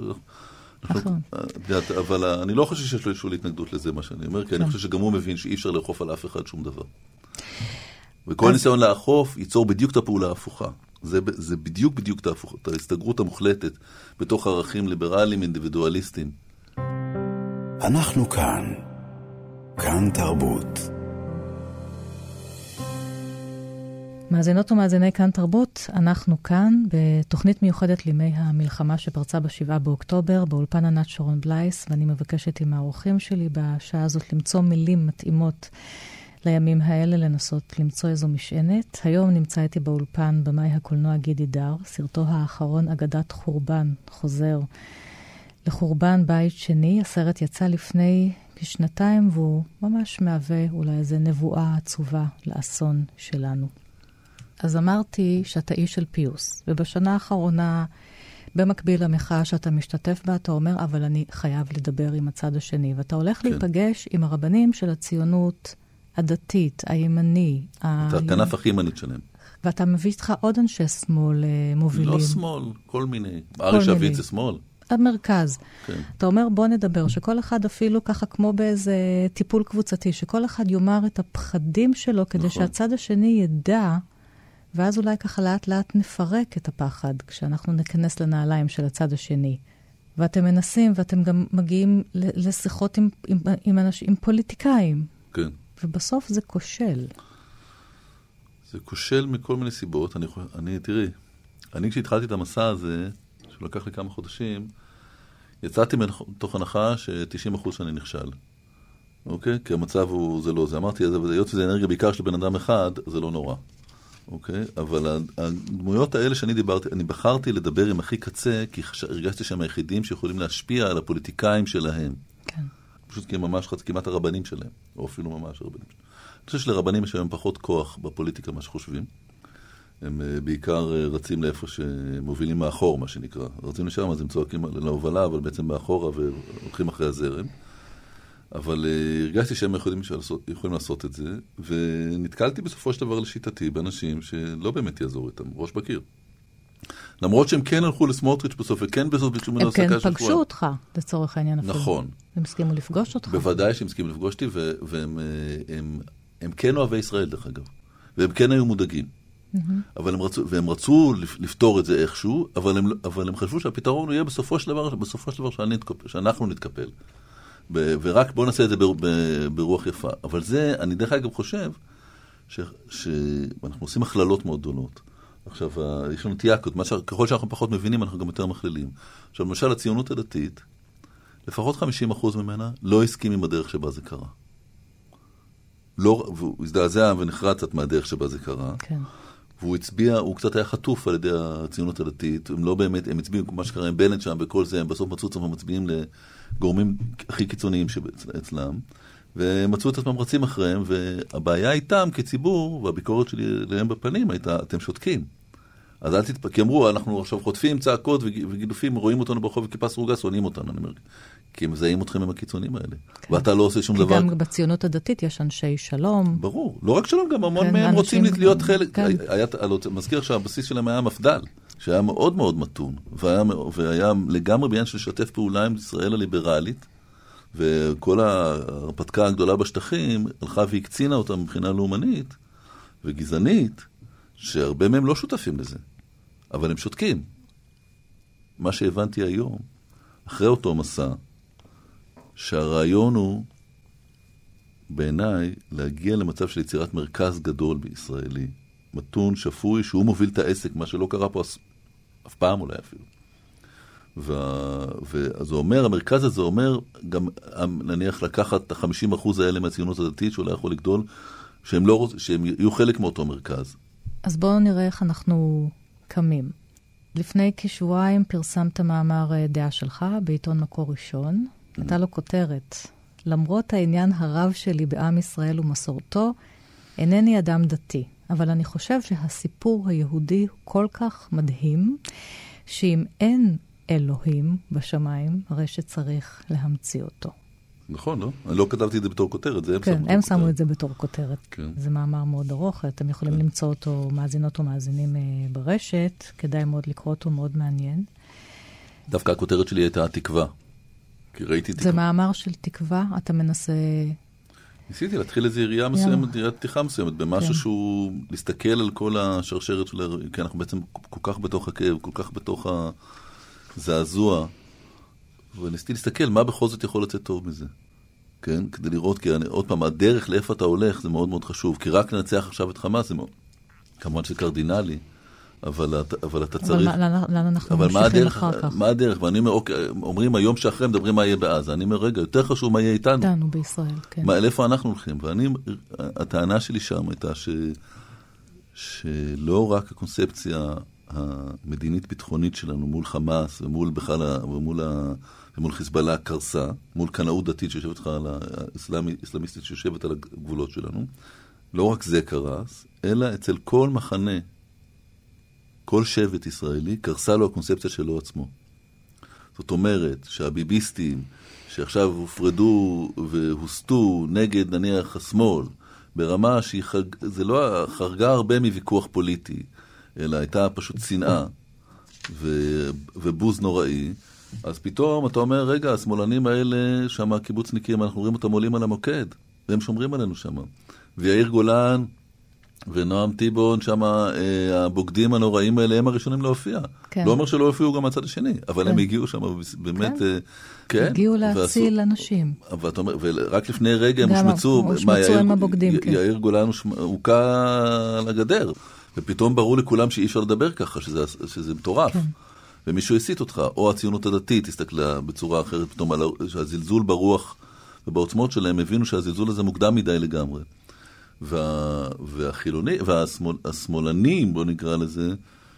אבל אני לא חושב שיש לו איזושהי התנגדות לזה מה שאני אומר, כי אני חושב שגם הוא מבין שאי אפשר לאכוף על אף אחד שום דבר. וכל ניסיון לאכוף ייצור בדיוק את הפעולה ההפוכה. זה בדיוק את ההסתגרות המוחלטת בתוך ערכים ליברליים, אינדיבידואליסטיים. אנחנו כאן תרבות. מאזינות ומאזיני כאן תרבות, אנחנו כאן בתוכנית מיוחדת לימי המלחמה שפרצה ב7 באוקטובר, באולפן ענת שרון בלייס, ואני מבקשת עם האורחים שלי בשעה הזאת למצוא מילים מתאימות לימים האלה, לנסות למצוא איזו משענת. היום נמצא איתי באולפן במאי הקולנוע גידי דר, סרטו האחרון אגדת חורבן, חוזר לחורבן בית שני. הסרט יצא לפני כשנתיים והוא ממש מהווה אולי איזו נבואה עצובה לאסון שלנו. אז אמרתי שאתה איש של פיוס, ובשנה האחרונה, במקביל למחאה שאתה משתתף בה, אתה אומר, אבל אני חייב לדבר עם הצד השני, ואתה הולך להיפגש עם הרבנים של הציונות הדתית, הימני. את הכנף הכי ימנית שלהם. ואתה מביא איתך עוד אנשי שמאל מובילים. לא שמאל, כל מיני. ארי שביט זה שמאל. המרכז. אתה אומר, בוא נדבר, שכל אחד אפילו ככה כמו באיזה טיפול קבוצתי, שכל אחד יאמר את הפחדים שלו, כדי שהצד השני ידע, ואז אולי ככה לאט לאט נפרק את הפחד, כשאנחנו נכנס לנעליים של הצד השני. ואתם מנסים, ואתם גם מגיעים לשיחות עם אנשים, עם פוליטיקאים. כן. ובסוף זה כושל. זה כושל מכל מיני סיבות. תראי, אני כשהתחלתי את המסע הזה, שלקח לי כמה חודשים, יצאתי מתוך הנחה ש90% שאני נכשל. אוקיי? כי המצב הוא, זה לא זה. אמרתי, היות וזה אנרגיה בעיקר של בן אדם אחד, זה לא נורא. אוקיי? אבל הדמויות האלה שאני דיברתי, אני בחרתי לדבר עם הכי קצה, כי הרגשתי שהם היחידים שיכולים להשפיע על הפוליטיקאים שלהם. כן. פשוט כי הם ממש כמעט הרבנים שלהם, או אפילו ממש הרבנים שלהם. אני חושב שלרבנים יש היום פחות כוח בפוליטיקה, מה שחושבים. הם בעיקר רצים לאיפה שמובילים מאחור, מה שנקרא. רצים לשם, אז הם צועקים להובלה, אבל בעצם מאחורה והולכים אחרי הזרם. אבל הרגשתי שהם יכולים לעשות את זה, ונתקלתי בסופו של דבר לשיטתי באנשים שלא באמת יעזור איתם, ראש בקיר. למרות שהם כן הלכו לסמוטריץ' בסוף, וכן בסוף בשום מיני עסקה של שבועיים. הם כן פגשו אותך, לצורך העניין אפילו. נכון. הם הסכימו לפגוש אותך. בוודאי שהם הסכימו לפגוש אותי, והם כן אוהבי ישראל, דרך אגב. והם כן היו מודאגים. והם רצו לפתור את זה איכשהו, אבל הם חשבו שהפתרון הוא יהיה בסופו של דבר שאנחנו נתקפל. ורק בואו נעשה את זה ברוח יפה. אבל זה, אני דרך אגב חושב, שאנחנו עושים הכללות מאוד גדולות. עכשיו, יש לנו תיאקות, ככל שאנחנו פחות מבינים, אנחנו גם יותר מכלילים. עכשיו, למשל, הציונות הדתית, לפחות 50% ממנה לא הסכים עם הדרך שבה זה קרה. והוא הזדעזע ונחרץ קצת מהדרך שבה זה קרה. כן. והוא הצביע, הוא קצת היה חטוף על ידי הציונות הדתית, הם לא באמת, הם הצביעו מה שקרה עם בנט שם וכל זה, הם בסוף מצאו את עצמם מצביעים לגורמים הכי קיצוניים אצלם, ומצאו את עצמם רצים אחריהם, והבעיה איתם כציבור, והביקורת שלי להם בפנים הייתה, אתם שותקים. אז אל תתפק, כי אמרו, אנחנו עכשיו חוטפים צעקות וגידופים, רואים אותנו ברחוב וכיפה סרוגה, שונאים אותנו, אני אומר, כי הם מזהים אתכם עם הקיצונים האלה. כן. ואתה לא עושה שום דבר. גם בציונות הדתית יש אנשי שלום. ברור. לא רק שלום, גם המון מהם רוצים להיות חלק. כן. מזכיר שהבסיס שלהם היה מפדל, שהיה מאוד מאוד מתון, והיה לגמרי בעניין של לשתף פעולה עם ישראל הליברלית, וכל ההרפתקה הגדולה בשטחים הלכה והקצינה אותה מבחינה לאומנית וגזענית, שהרבה מהם לא שותפים לזה, אבל הם שותקים. מה שהבנתי היום, אחרי אותו מסע, שהרעיון הוא בעיניי, להגיע למצב של יצירת מרכז גדול בישראלי, מתון, שפוי, שהוא מוביל את העסק, מה שלא קרה פה אף פעם אולי אפילו. אז זה אומר, המרכז הזה אומר, גם נניח לקחת את ה-50% האלה מהציונות הדתית, שאולי יכול לגדול, שהם יהיו חלק מאותו מרכז. אז בואו נראה איך אנחנו קמים. לפני כשבועיים פרסמת מאמר דעה שלך בעיתון מקור ראשון. הייתה לו כותרת. למרות העניין הרב שלי בעם ישראל ומסורתו, אינני אדם דתי. אבל אני חושב שהסיפור היהודי הוא כל כך מדהים, שאם אין אלוהים בשמיים, הרי שצריך להמציא אותו. נכון, לא? אני לא כתבתי את זה בתור כותרת, זה הם שמו את זה בתור כותרת. זה מאמר מאוד ארוך, אתם יכולים למצוא אותו, מאזינות או מאזינים ברשת, כדאי מאוד לקרוא אותו, מאוד מעניין. דווקא הכותרת שלי הייתה התקווה, כי ראיתי תקווה. זה מאמר של תקווה, אתה מנסה... ניסיתי להתחיל איזו יריעה מסוימת, יריעת פתיחה מסוימת, במשהו שהוא להסתכל על כל השרשרת שלו, כי אנחנו בעצם כל כך בתוך הכאב, כל כך בתוך הזעזוע, וניסיתי להסתכל מה בכל זאת יכול לצאת טוב מזה. כן? כדי לראות, כי עוד פעם, הדרך לאיפה אתה הולך זה מאוד מאוד חשוב, כי רק לנצח עכשיו את חמאס זה מאוד, כמובן שזה קרדינלי, אבל אתה צריך... אבל לאן אנחנו ממשיכים אחר כך? מה הדרך? ואני אומר, אוקיי, אומרים היום שאחרי מדברים מה יהיה בעזה. אני אומר, רגע, יותר חשוב מה יהיה איתנו. איתנו בישראל, כן. איפה אנחנו הולכים? הטענה שלי שם הייתה שלא רק הקונספציה המדינית-ביטחונית שלנו מול חמאס ומול חיזבאללה קרסה, מול קנאות דתית שיושבת לך על האסלאמיסטית שיושבת על הגבולות שלנו, לא רק זה קרס, אלא אצל כל מחנה, כל שבט ישראלי, קרסה לו הקונספציה שלו עצמו. זאת אומרת שהביביסטים שעכשיו הופרדו והוסתו נגד נניח השמאל, ברמה זה לא חרגה הרבה מוויכוח פוליטי, אלא הייתה פשוט שנאה ובוז נוראי, אז פתאום אתה אומר, רגע, השמאלנים האלה, שם הקיבוצניקים, אנחנו רואים אותם עולים על המוקד, והם שומרים עלינו שם. ויאיר גולן ונועם טיבון, שם הבוגדים הנוראים האלה, הם הראשונים להופיע. כן. לא אומר שלא הופיעו גם מהצד השני, אבל כן. הם הגיעו שם באמת... כן. כן. הגיעו להציל אנשים. ורק לפני רגע הם הושמצו עם הבוגדים. יאיר גולן הוקע על הגדר, ופתאום ברור לכולם שאי אפשר לדבר ככה, שזה מטורף. כן. ומישהו הסיט אותך, או הציונות הדתית הסתכלה בצורה אחרת, פתאום שהזלזול ברוח ובעוצמות שלהם הבינו שהזלזול הזה מוקדם מדי לגמרי. והשמאלנים, בוא נקרא לזה,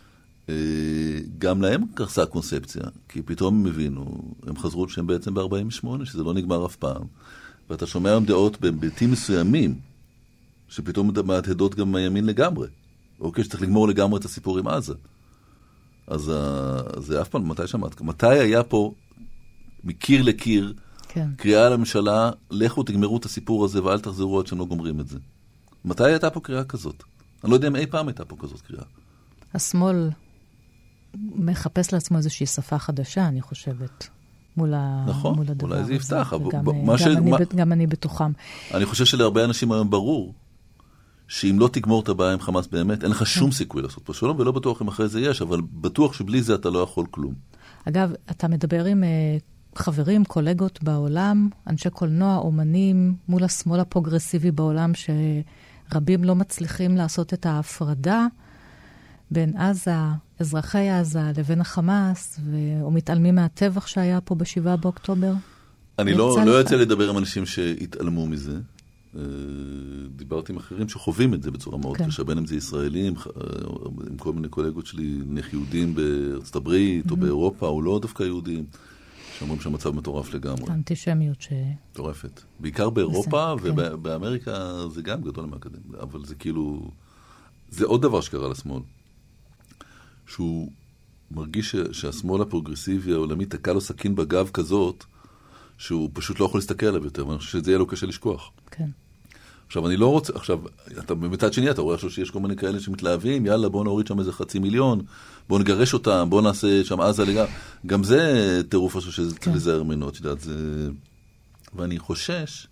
גם להם קרסה הקונספציה, כי פתאום הם הבינו, הם חזרו שהם בעצם ב-48, שזה לא נגמר אף פעם. ואתה שומע היום דעות בהיבטים מסוימים, שפתאום מהדהדות גם מהימין לגמרי. אוקיי, שצריך לגמור לגמרי את הסיפור עם עזה. אז זה אף פעם, מתי שמעת? מתי היה פה מקיר לקיר, כן. קריאה לממשלה, לכו תגמרו את הסיפור הזה ואל תחזרו עד שהם לא גומרים את זה. מתי הייתה פה קריאה כזאת? אני לא יודע אם אי פעם הייתה פה כזאת קריאה. השמאל מחפש לעצמו איזושהי שפה חדשה, אני חושבת, מול הדבר הזה. נכון, אולי זה יפתח. גם אני בתוכם. אני חושב שלהרבה אנשים היום ברור, שאם לא תגמור את הבעיה עם חמאס באמת, אין לך שום סיכוי לעשות פה שלום, ולא בטוח אם אחרי זה יש, אבל בטוח שבלי זה אתה לא יכול כלום. אגב, אתה מדבר עם חברים, קולגות בעולם, אנשי קולנוע, אומנים, מול השמאל הפרוגרסיבי בעולם, שרבים לא מצליחים לעשות את ההפרדה בין עזה, אזרחי עזה, לבין החמאס, או מתעלמים מהטבח שהיה פה ב7 באוקטובר. אני לא יוצא לדבר עם אנשים שהתעלמו מזה. דיברתי עם אחרים שחווים את זה בצורה מאוד קשה, בין אם זה ישראלים, עם כל מיני קולגות שלי, נניח יהודים בארצות הברית או באירופה, או לא דווקא יהודים, שאומרים שהמצב מטורף לגמרי. האנטישמיות מטורפת. בעיקר באירופה ובאמריקה זה גם גדול מהקדם, אבל זה כאילו, זה עוד דבר שקרה לשמאל, שהוא מרגיש שהשמאל הפרוגרסיבי העולמי תקע לו סכין בגב כזאת, שהוא פשוט לא יכול להסתכל עליו יותר, ואני חושב שזה יהיה לו קשה לשכוח. כן. עכשיו, אני לא רוצה, עכשיו, במצד שני, אתה רואה שיש כל מיני כאלה שמתלהבים, יאללה, בוא נוריד שם איזה 500,000, בוא נגרש אותם, בוא נעשה שם עזה לגמרי. גם זה טירוף משהו שזה צריך לזהר ממנו, את יודעת, זה... ואני חושש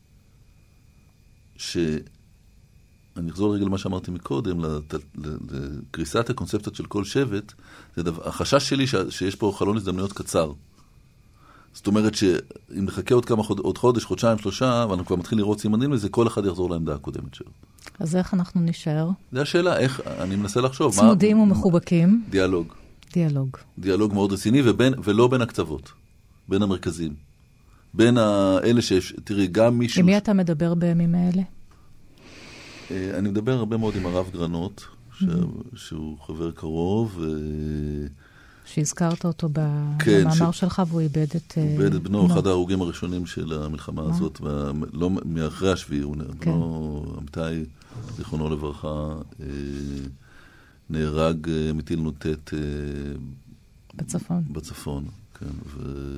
אני אחזור רגע למה שאמרתי מקודם, לקריסת הקונספציות של כל שבט, החשש שלי שיש פה חלון הזדמנויות קצר. זאת אומרת שאם נחכה עוד חודש, חודשיים, 3, ואנחנו כבר מתחיל לראות סימנים לזה, כל אחד יחזור לעמדה הקודמת שלו. אז איך אנחנו נשאר? זו השאלה, איך, אני מנסה לחשוב. צמודים ומחובקים. דיאלוג. דיאלוג מאוד רציני, ולא בין הקצוות, בין המרכזים. בין האלה תראי, גם מישהו... עם מי אתה מדבר בימים האלה? אני מדבר הרבה מאוד עם הרב גרנות, שהוא חבר קרוב. שהזכרת אותו במאמר שלך, והוא איבד את... הוא איבד את בנו, אחד ההרוגים הראשונים של המלחמה הזאת, לא מאחרי השביעי, הוא אמיתי, זיכרונו לברכה, נהרג מטיל נוטט בצפון, כן,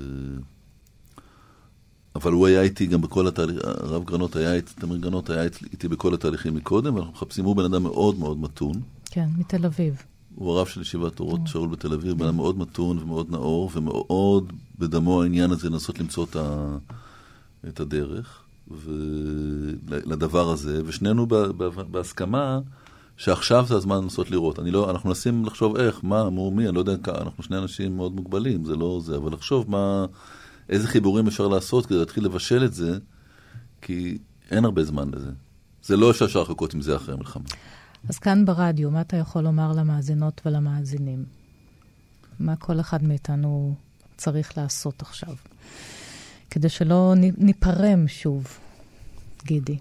אבל הוא היה איתי גם בכל התהליך, הרב גרנות היה איתי, תמיר גרנות היה איתי בכל התהליכים מקודם, ואנחנו מחפשים, הוא בן אדם מאוד מאוד מתון. כן, מתל אביב. הוא הרב של ישיבת אורות שאול בתל אביב, בן אדם מאוד מתון ומאוד נאור, ומאוד בדמו העניין הזה לנסות למצוא את הדרך לדבר הזה, ושנינו בהסכמה שעכשיו זה הזמן לנסות לראות. אנחנו מנסים לחשוב איך, מה, מי, אני לא יודע, אנחנו שני אנשים מאוד מוגבלים, זה לא זה, אבל לחשוב איזה חיבורים אפשר לעשות כדי להתחיל לבשל את זה, כי אין הרבה זמן לזה. זה לא אפשר לחכות עם זה אחרי המלחמה. אז כאן ברדיו, מה אתה יכול לומר למאזינות ולמאזינים? מה כל אחד מאיתנו צריך לעשות עכשיו? כדי שלא ניפרם שוב, גידי.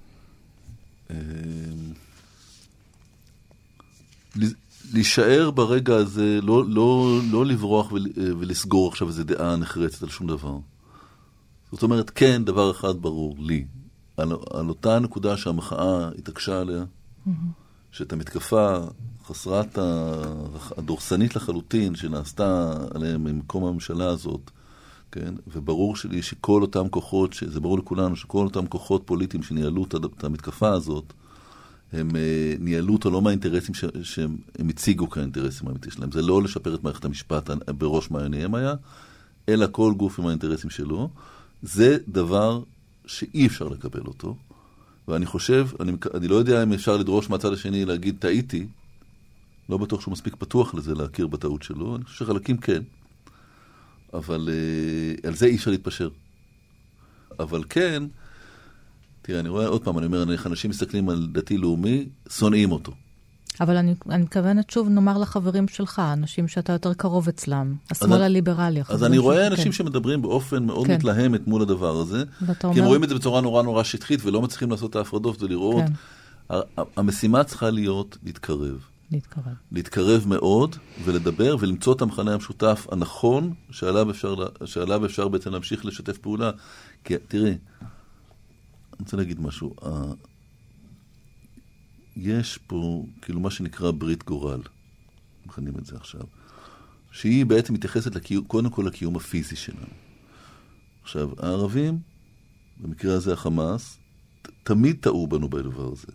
להישאר ברגע הזה, לא לברוח ולסגור עכשיו איזו דעה נחרצת על שום דבר. זאת אומרת, כן, דבר אחד ברור לי, על אותה נקודה שהמחאה התעקשה עליה, שאת המתקפה חסרת הדורסנית לחלוטין שנעשתה עליהם ממקום הממשלה הזאת, כן? וברור שלי שכל אותם כוחות, זה ברור לכולנו, שכל אותם כוחות פוליטיים שניהלו את המתקפה הזאת, הם ניהלו אותו לא מהאינטרסים שהם הציגו כאינטרסים האמיתיים שלהם. זה לא לשפר את מערכת המשפט בראש מעייניהם היה, אלא כל גוף עם האינטרסים שלו. זה דבר שאי אפשר לקבל אותו. ואני חושב, אני לא יודע אם אפשר לדרוש מהצד השני להגיד טעיתי, לא בטוח שהוא מספיק פתוח לזה להכיר בטעות שלו, אני חושב שחלקים כן, אבל על זה אי אפשר להתפשר. אבל כן, תראה, אני רואה עוד פעם, אני אומר, אנשים מסתכלים על דתי לאומי, שונאים אותו. אבל אני מכוונת שוב, נאמר לחברים שלך, אנשים שאתה יותר קרוב אצלם, השמאל הליברלי. אז אני רואה אנשים שמדברים באופן מאוד מתלהמת מול הדבר הזה, כי הם רואים את זה בצורה נורא נורא שטחית, ולא מצליחים לעשות את ההפרדות ולראות. המשימה צריכה להיות להתקרב מאוד, ולדבר, ולמצוא את המכנה המשותף הנכון, שעליו אפשר בעצם להמשיך לשתף פעולה. כי תראי, אני רוצה להגיד משהו, יש פה, כאילו מה שנקרא ברית גורל, מכנים את זה עכשיו, שהיא בעצם מתייחסת קודם כל לקיום הפיזי שלנו. עכשיו, הערבים, במקרה הזה החמאס, תמיד טעו בנו בדבר הזה.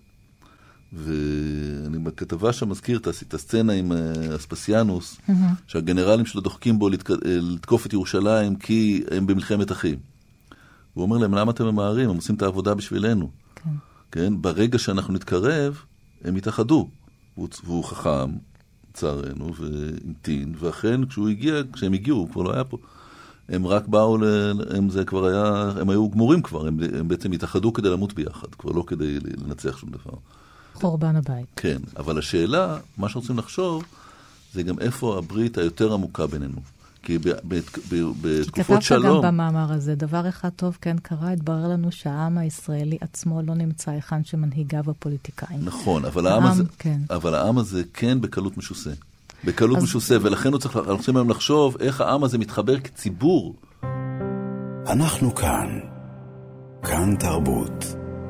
ואני בכתבה שמזכיר את הסצנה עם אספסיאנוס, שהגנרלים שלו דוחקים בו לתקוף את ירושלים כי הם במלחמת אחים. הוא אומר להם, למה אתם ממהרים? הם עושים את העבודה בשבילנו. כן. כן? ברגע שאנחנו נתקרב, הם יתאחדו. והוא חכם, צערנו, והמתין, ואכן כשהם הגיעו, הוא כבר לא היה פה. הם רק באו, הם היו גמורים כבר, הם בעצם התאחדו כדי למות ביחד, כבר לא כדי לנצח שום דבר. חורבן הבית. כן, אבל השאלה, מה שרוצים לחשוב, זה גם איפה הברית היותר עמוקה בינינו. כי בתקופות שלום... כי כתבת גם במאמר הזה, דבר אחד טוב כן קרה, התברר לנו שהעם הישראלי עצמו לא נמצא היכן שמנהיגיו הפוליטיקאים. נכון, אבל העם הזה כן בקלות משוסה. בקלות משוסה, ולכן אנחנו צריכים היום לחשוב איך העם הזה מתחבר כציבור. אנחנו כאן. כאן תרבות.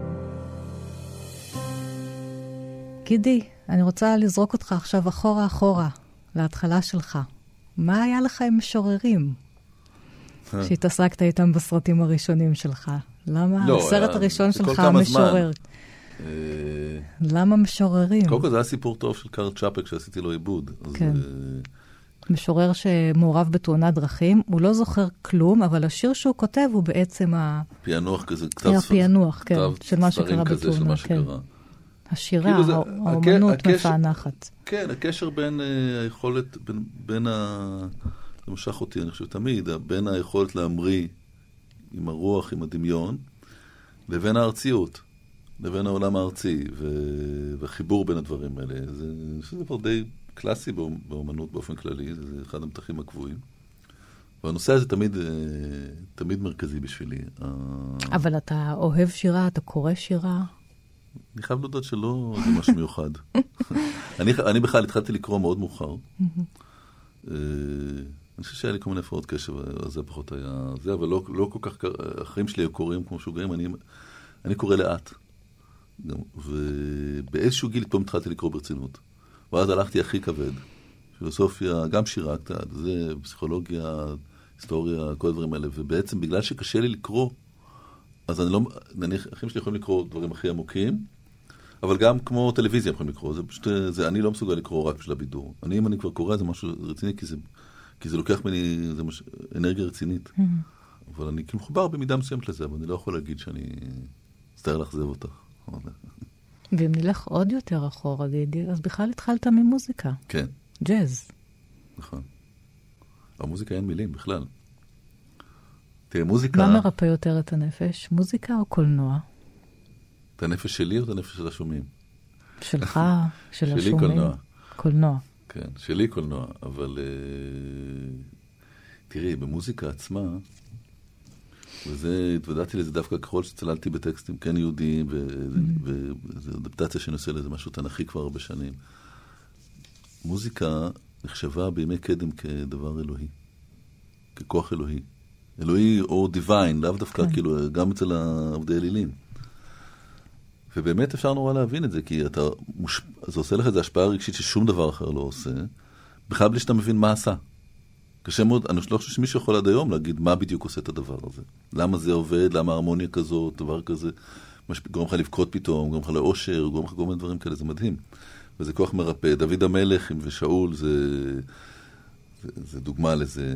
גידי, אני רוצה לזרוק אותך עכשיו אחורה, להתחלה שלך. מה היה לך עם משוררים? שהתעסקת איתם בסרטים הראשונים שלך. למה? הסרט הראשון שלך משורר. למה משוררים? קודם כל זה היה סיפור טוב של קארל צ'אפק שעשיתי לו עיבוד. כן. משורר שמעורב בתאונת דרכים, הוא לא זוכר כלום, אבל השיר שהוא כותב הוא בעצם פענוח כזה, פענוח, כן, של מה שקרה בתאונה. השירה, האומנות מפענחת. כן, הקשר בין היכולת, בין זה משך אותי, אני חושב תמיד, בין היכולת להמריא עם הרוח, עם הדמיון, לבין הארציות, לבין העולם הארצי, והחיבור בין הדברים האלה. זה דבר די קלאסי באומנות באופן כללי, זה אחד המתחים הקבועים. והנושא הזה תמיד מרכזי בשבילי. אבל אתה אוהב שירה, אתה קורא שירה? אני חייב לדעת שלא זה משהו מיוחד. אני בכלל התחלתי לקרוא מאוד מאוחר. אני חושב שהיה לי כל מיני הפרעות קשב, אז זה פחות היה זה, אבל לא כל כך, החיים שלי קוראים כמו שוגעים, אני קורא לאט. ובאיזשהו גיל פתאום התחלתי לקרוא ברצינות. ואז הלכתי הכי כבד. פילוסופיה, גם שירה קצת, זה פסיכולוגיה, היסטוריה, כל הדברים האלה. ובעצם בגלל שקשה לי לקרוא, אז אני לא, החיים שלי יכולים לקרוא דברים הכי עמוקים, אבל גם כמו טלוויזיה יכולים לקרוא. זה פשוט, אני לא מסוגל לקרוא רק בשביל הבידור. אם אני כבר קורא, זה משהו רציני, כי זה לוקח ממני, זה אנרגיה רצינית. אבל אני כאילו מחובר במידה מסוימת לזה, אבל אני לא יכול להגיד שאני אצטער לאכזב אותך. ואם נלך עוד יותר אחורה, גידי, אז בכלל התחלת ממוזיקה. כן. ג'אז. נכון. המוזיקה אין מילים בכלל. תראה, מוזיקה... מה מרפא יותר את הנפש? מוזיקה או קולנוע? את הנפש שלי או את הנפש של השומעים? שלך, של השומעים? שלי קולנוע. קולנוע. כן, שלי קולנוע, אבל תראי, במוזיקה עצמה, וזה, התוודעתי לזה דווקא ככל שצללתי בטקסטים כן יהודיים, וזו אדפטציה שאני עושה לזה משהו תנכי כבר הרבה שנים. מוזיקה נחשבה בימי קדם כדבר אלוהי, ככוח אלוהי. אלוהי או דיוויין, לאו דווקא כאילו, גם אצל עובדי אלילים. ובאמת אפשר נורא להבין את זה, כי זה עושה לך איזו השפעה רגשית ששום דבר אחר לא עושה, בכלל בלי שאתה מבין מה עשה. קשה מאוד, אני לא חושב שמישהו יכול עד היום להגיד מה בדיוק עושה את הדבר הזה. למה זה עובד, למה הרמוניה כזאת, דבר כזה, גורם לך לבכות פתאום, גורם לך לאושר, גורם לך כל מיני דברים כאלה, זה מדהים. וזה כוח מרפא. דוד המלך ושאול, זה דוגמה לזה.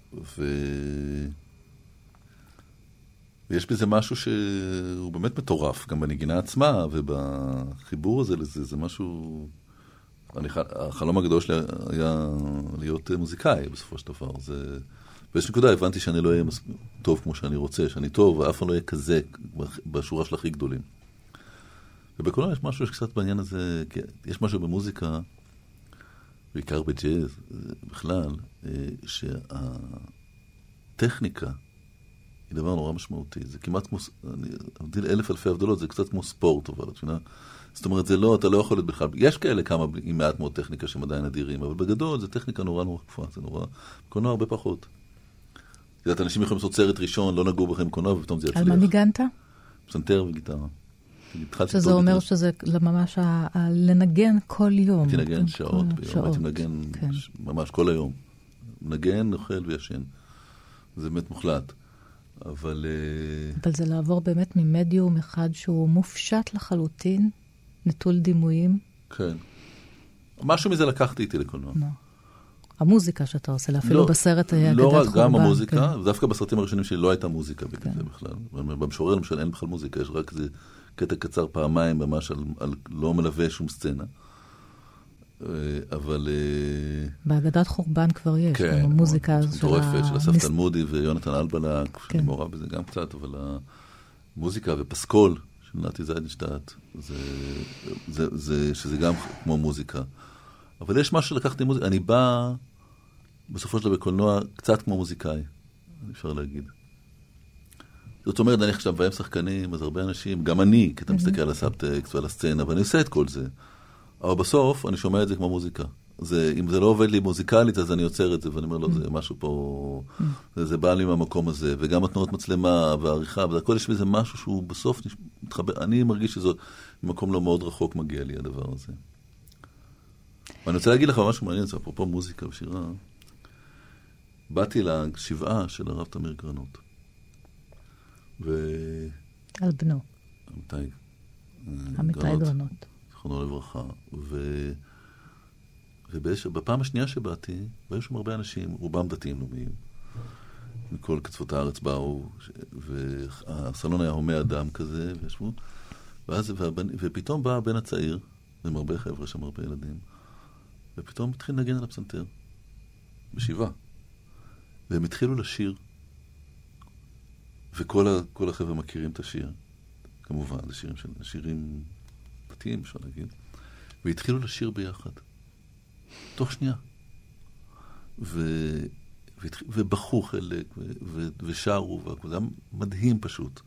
ויש בזה משהו שהוא באמת מטורף, גם בנגינה עצמה, ובחיבור הזה לזה, זה משהו... החלום הגדול שלי היה להיות מוזיקאי בסופו של דבר. באיזושהי נקודה הבנתי שאני לא אהיה טוב כמו שאני רוצה, שאני טוב, ואף פעם לא אהיה כזה בשורה של הכי גדולים. ובקולנוע יש משהו שקצת בעניין הזה, יש משהו במוזיקה, בעיקר בג'אז, בכלל, שהטכניקה היא דבר נורא משמעותי. זה כמעט כמו, אני אלף אלפי הבדלות, זה קצת כמו ספורט, אבל זאת אומרת, זה לא, אתה לא יכול להיות בכלל, יש כאלה כמה עם מעט מאוד טכניקה שהם עדיין אדירים, אבל בגדול זה טכניקה נורא נורא כפויה, זה נורא, בקולנוע הרבה פחות. יודעת, אנשים יכולים לעשות סרט ראשון, לא נגעו בכם בקולנוע, ופתאום זה יצליח. על מה ניגנת? פסנתר וגיטרה. שזה אומר שזה ממש לנגן כל יום. הייתי נגן שעות ביום, הייתי נגן ממש כל היום. נגן, אוכל וישן. זה באמת מוחלט. אבל זה לעבור באמת ממדיום אחד שהוא מופשט לחלוטין, נטול דימויים. כן. משהו מזה לקחתי איתי לקולנוע. המוזיקה שאתה עושה, אפילו בסרט היה אגדת חורבן. חורבן. לא רק, גם המוזיקה, ודווקא בסרטים הראשונים שלי לא הייתה מוזיקה בכלל. במשורר למשל אין בכלל מוזיקה, יש רק איזה קטע קצר פעמיים ממש על לא מלווה שום סצנה. אבל... באגדת חורבן כבר יש, כן, המוזיקה מטורפת של אסף תלמודי ויונתן אלבלק, שאני מעורב בזה גם קצת, אבל המוזיקה ופסקול של נתי זיידנשטט, שזה גם כמו מוזיקה. אבל יש משהו שלקחתי מוזיקה, אני בא בסופו של דבר בקולנוע קצת כמו מוזיקאי, אפשר להגיד. זאת אומרת, אני עכשיו בהם שחקנים, אז הרבה אנשים, גם אני, כי אתה מסתכל על הסאבטקסט ועל הסצנה, ואני עושה את כל זה. אבל בסוף אני שומע את זה כמו מוזיקה. אם זה לא עובד לי מוזיקלית, אז אני יוצר את זה, ואני אומר לו, זה משהו פה, זה בא לי מהמקום הזה, וגם התנועות מצלמה והעריכה, והכל יש בזה משהו שהוא בסוף מתחבר. אני מרגיש שזה מקום לא מאוד רחוק מגיע לי הדבר הזה. ואני רוצה להגיד לך משהו מעניין, זה אפרופו מוזיקה ושירה. באתי לשבעה של הרב תמיר גרנות. על בנו. עמיתי גרנות. זכרונו לברכה. ובפעם השנייה שבאתי, והיו שם הרבה אנשים, רובם דתיים לאומיים. מכל קצוות הארץ באו, והסלון היה הומה אדם כזה, וישבו. ופתאום בא הבן הצעיר, עם הרבה חבר'ה שם, הרבה ילדים, ופתאום התחיל לנגן על הפסנתר. בשבעה. והם התחילו לשיר. וכל החבר'ה מכירים את השיר, כמובן, זה שירים דתיים, אפשר להגיד, והתחילו לשיר ביחד, תוך שנייה. ובחרו חלק, ושרו, וזה היה מדהים פשוט.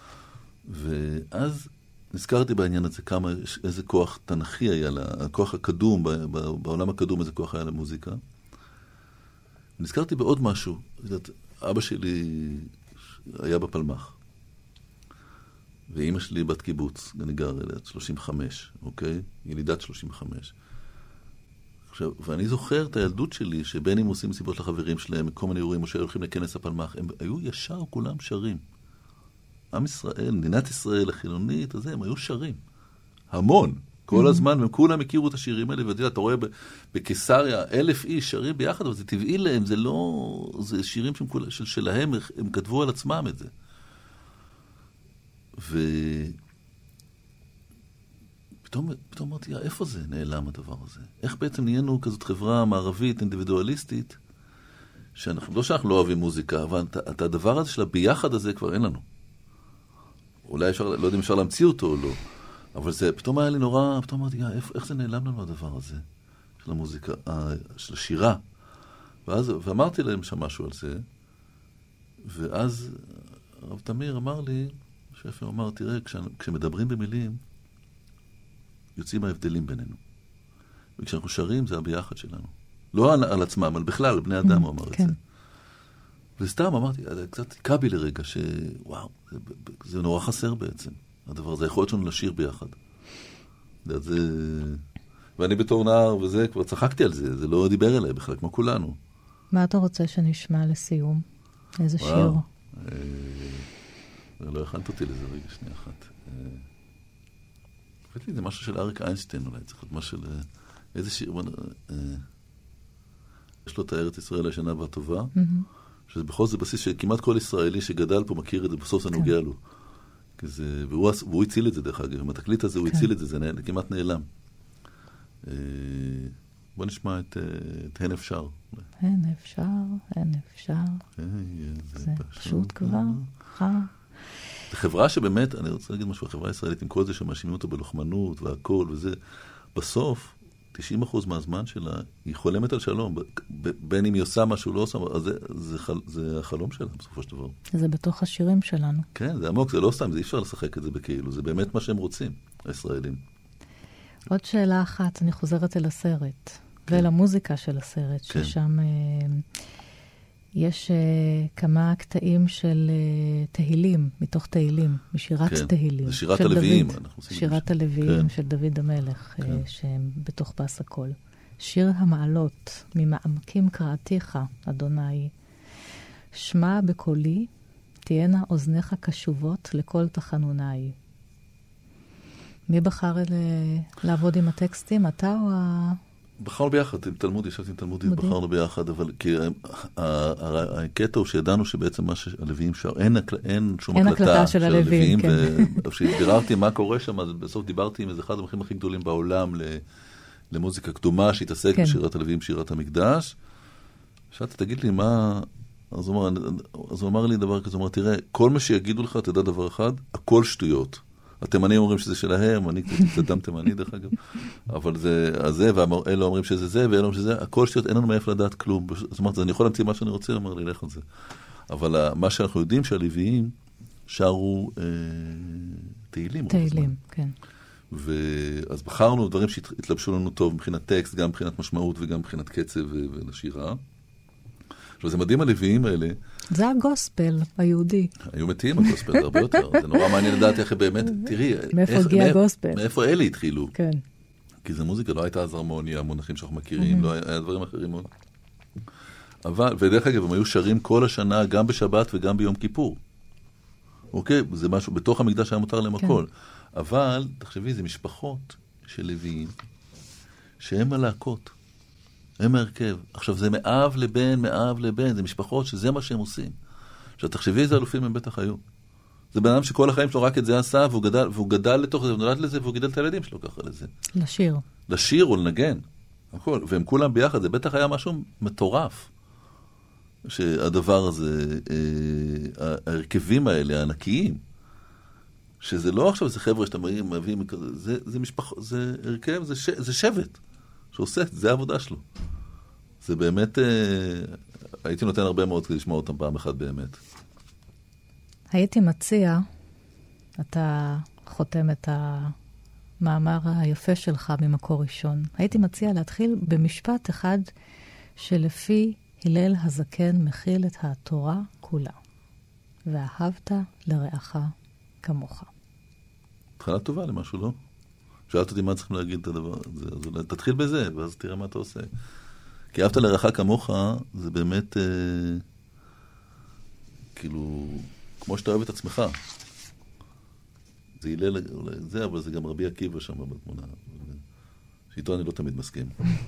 ואז נזכרתי בעניין הזה איזה כוח תנכי היה לה, הכוח הקדום, בעולם הקדום איזה כוח היה למוזיקה. נזכרתי בעוד משהו, אבא שלי היה בפלמח, ואמא שלי בת קיבוץ, אני גר אליה, 35, אוקיי? ילידת 35. עכשיו, ואני זוכר את הילדות שלי, שבין אם עושים מסיבות לחברים שלהם, כל מיני אירועים, או שהולכים לכנס הפלמח, הם היו ישר כולם שרים. עם ישראל, מדינת ישראל החילונית, הם היו שרים. המון. כל הזמן, והם כולם הכירו את השירים האלה, ואתה רואה בקיסריה 1,000 איש שרים ביחד, אבל זה טבעי להם, זה לא, זה שירים שלהם, הם כתבו על עצמם את זה. פתאום אמרתי, איפה זה נעלם הדבר הזה? איך בעצם נהיינו כזאת חברה מערבית, אינדיבידואליסטית, לא שאנחנו לא אוהבים מוזיקה, אבל את הדבר הזה של הביחד הזה כבר אין לנו. אולי אפשר, לא יודע אם אפשר להמציא אותו או לא, אבל זה פתאום היה לי נורא, פתאום אמרתי, איך זה נעלם לנו הדבר הזה של המוזיקה, של השירה? ואמרתי להם שם משהו על זה, ואז הרב תמיר אמר לי, שפר אמר, תראה, כשמדברים במילים, יוצאים ההבדלים בינינו. וכשאנחנו שרים, זה הביחד שלנו. לא על עצמם, אבל בכלל, בני אדם הוא אמר את זה. וסתם אמרתי, קצת היכה בי לרגע, שוואו, זה נורא חסר בעצם, הדבר הזה. יכול להיות לנו לשיר ביחד. ואני בתור נער וזה, כבר צחקתי על זה, זה לא דיבר אליי בכלל, כמו כולנו. מה אתה רוצה שנשמע לסיום? איזה שיר? לא הכנת אותי לזה רגע, שנייה אחת. חושבתי, זה משהו של אריק איינשטיין אולי, צריך להיות משהו של איזה שיר, יש לו את הארץ ישראל הישנה והטובה, שזה בכל זאת בסיס שכמעט כל ישראלי שגדל פה מכיר את זה, בסוף זה נוגע לו. והוא הציל את זה דרך אגב, עם התקליט הזה הוא הציל את זה, זה כמעט נעלם. בוא נשמע את הן אפשר. הן אפשר, הן אפשר. זה פשוט כבר חברה שבאמת, אני רוצה להגיד משהו, החברה הישראלית עם כל זה שמאשימים אותה בלוחמנות והכל וזה, בסוף 90% מהזמן שלה היא חולמת על שלום, בין אם היא עושה משהו לא עושה, אז זה החלום שלה בסופו של דבר. זה בתוך השירים שלנו. כן, זה עמוק, זה לא סתם, זה אי אפשר לשחק את זה בכאילו, זה באמת מה שהם רוצים, הישראלים. עוד שאלה אחת, אני חוזרת אל הסרט, ולמוזיקה של הסרט, ששם יש כמה קטעים של תהילים, מתוך תהילים, משירת תהילים. זה שירת הלוויים. שירת הלוויים של דוד המלך, שהם בתוך פס הקול. שיר המעלות, ממעמקים קראתיך, אדוני. שמע בקולי, תהיינה אוזניך קשובות לכל תחנוני. מי בחר לעבוד עם הטקסטים? אתה או בחרנו ביחד, עם תלמודי, ישבתי עם תלמודי, בחרנו ביחד, אבל כי הקטע הוא שידענו שבעצם מה שהלוויים שר, אין שום הקלטה של הלוויים, וכשביררתי מה קורה שם, אז בסוף דיברתי עם איזה אחד המחים הכי גדולים בעולם למוזיקה קדומה, שהתעסק בשירת הלוויים, שירת המקדש. שאלתי, תגיד לי מה, אז הוא אמר לי דבר כזה, הוא אמר, תראה, כל מה שיגידו לך, תדע דבר אחד, הכל שטויות. התימנים אומרים שזה שלהם, אני קצת דם תימני דרך אגב, אבל זה, ואלה אומרים שזה זה, ואלה אומרים שזה, הכל שטויות, אין לנו מאיפה לדעת כלום. זאת אומרת, אני יכול להמציא מה שאני רוצה, אמר לי, לך על זה. אבל מה שאנחנו יודעים שהלוויים שרו תהילים. תהילים, כן. אז בחרנו דברים שהתלבשו לנו טוב מבחינת טקסט, גם מבחינת משמעות וגם מבחינת קצב ולשירה. עכשיו, זה מדהים הלוויים האלה. זה הגוספל היהודי. היו מתים הגוספל, זה הרבה יותר. זה נורא מעניין לדעת איך באמת, תראי, מאיפה הגיע הגוספל? מאיפה אלה התחילו. כן. כי זה מוזיקה, לא הייתה אז הרמוניה, המונחים שאנחנו מכירים, לא היה דברים אחרים. אבל, ודרך אגב, הם היו שרים כל השנה, גם בשבת וגם ביום כיפור. אוקיי? זה משהו, בתוך המקדש היה מותר להם הכל. אבל, תחשבי, זה משפחות של לוויים, שהם הלהקות. הם הרכב. עכשיו, זה מאב לבן, זה משפחות שזה מה שהם עושים. עכשיו, תחשבי איזה אלופים הם בטח היו. זה בן אדם שכל החיים שלו רק את זה עשה, והוא גדל לתוך זה, הוא נולד לזה, והוא גידל את הילדים שלו ככה לזה. לשיר או לנגן. הכל. והם כולם ביחד, זה בטח היה משהו מטורף. שהדבר הזה, ההרכבים האלה, הענקיים, שזה לא עכשיו, זה חבר'ה שאתה מביאים, זה משפחה, זה הרכב, זה שבט שעושה, זה העבודה שלו. זה באמת, הייתי נותן הרבה מאוד כדי לשמוע אותם פעם אחת באמת. הייתי מציע, אתה חותם את המאמר היפה שלך ממקור ראשון, הייתי מציע להתחיל במשפט אחד שלפי הלל הזקן מכיל את התורה כולה. ואהבת לרעך כמוך. התחלה טובה למשהו, לא? שאלת אותי מה צריכים להגיד את הדבר הזה, אז תתחיל בזה, ואז תראה מה אתה עושה. כי אהבת לרעך כמוך, זה באמת, כאילו, כמו שאתה אוהב את עצמך. זה הלל, זה, אבל זה גם רבי עקיבא שם בתמונה. שאיתו אני לא תמיד מסכים.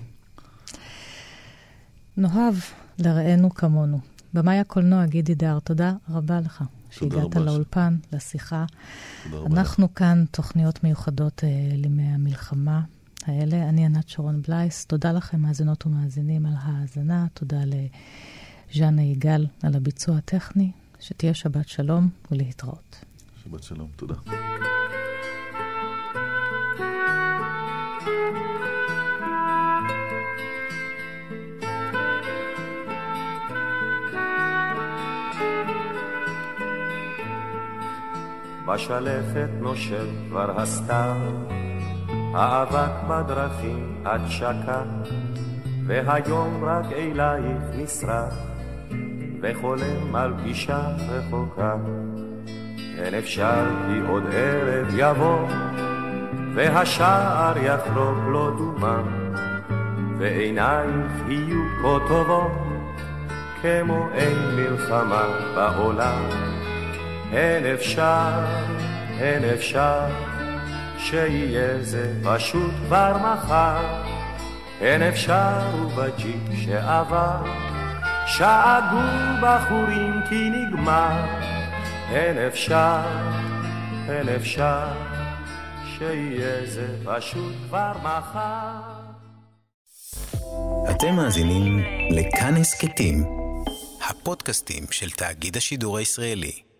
נאהב לרענו כמונו. במאי הקולנוע, גידי דר, תודה רבה לך שהגעת לאולפן, לשיחה. אנחנו כאן תוכניות מיוחדות לימי המלחמה האלה. אני ענת שרון בלייס. תודה לכם מאזינות ומאזינים על ההאזנה. תודה לז'אנה יגאל על הביצוע הטכני. שתהיה שבת שלום ולהתראות. שבת שלום, תודה. בשלפת נושב כבר הסתיו, האבק בדרכים עד שקע, והיום רק אלייך נשרף, וחולם על פגישה רחוקה. אין אפשר כי עוד ערב יבוא, והשער יחרוק לו דומם, ועינייך יהיו כה טובות, כמו אין מלחמה בעולם. אין אפשר שיהיה זה פשוט כבר מחר. אין אפשר ובג'יפ שעבר שאגו בחורים כי נגמר. אין אפשר שיהיה זה פשוט כבר מחר. אתם מאזינים לכאן הסכתים, הפודקאסטים של תאגיד השידור הישראלי.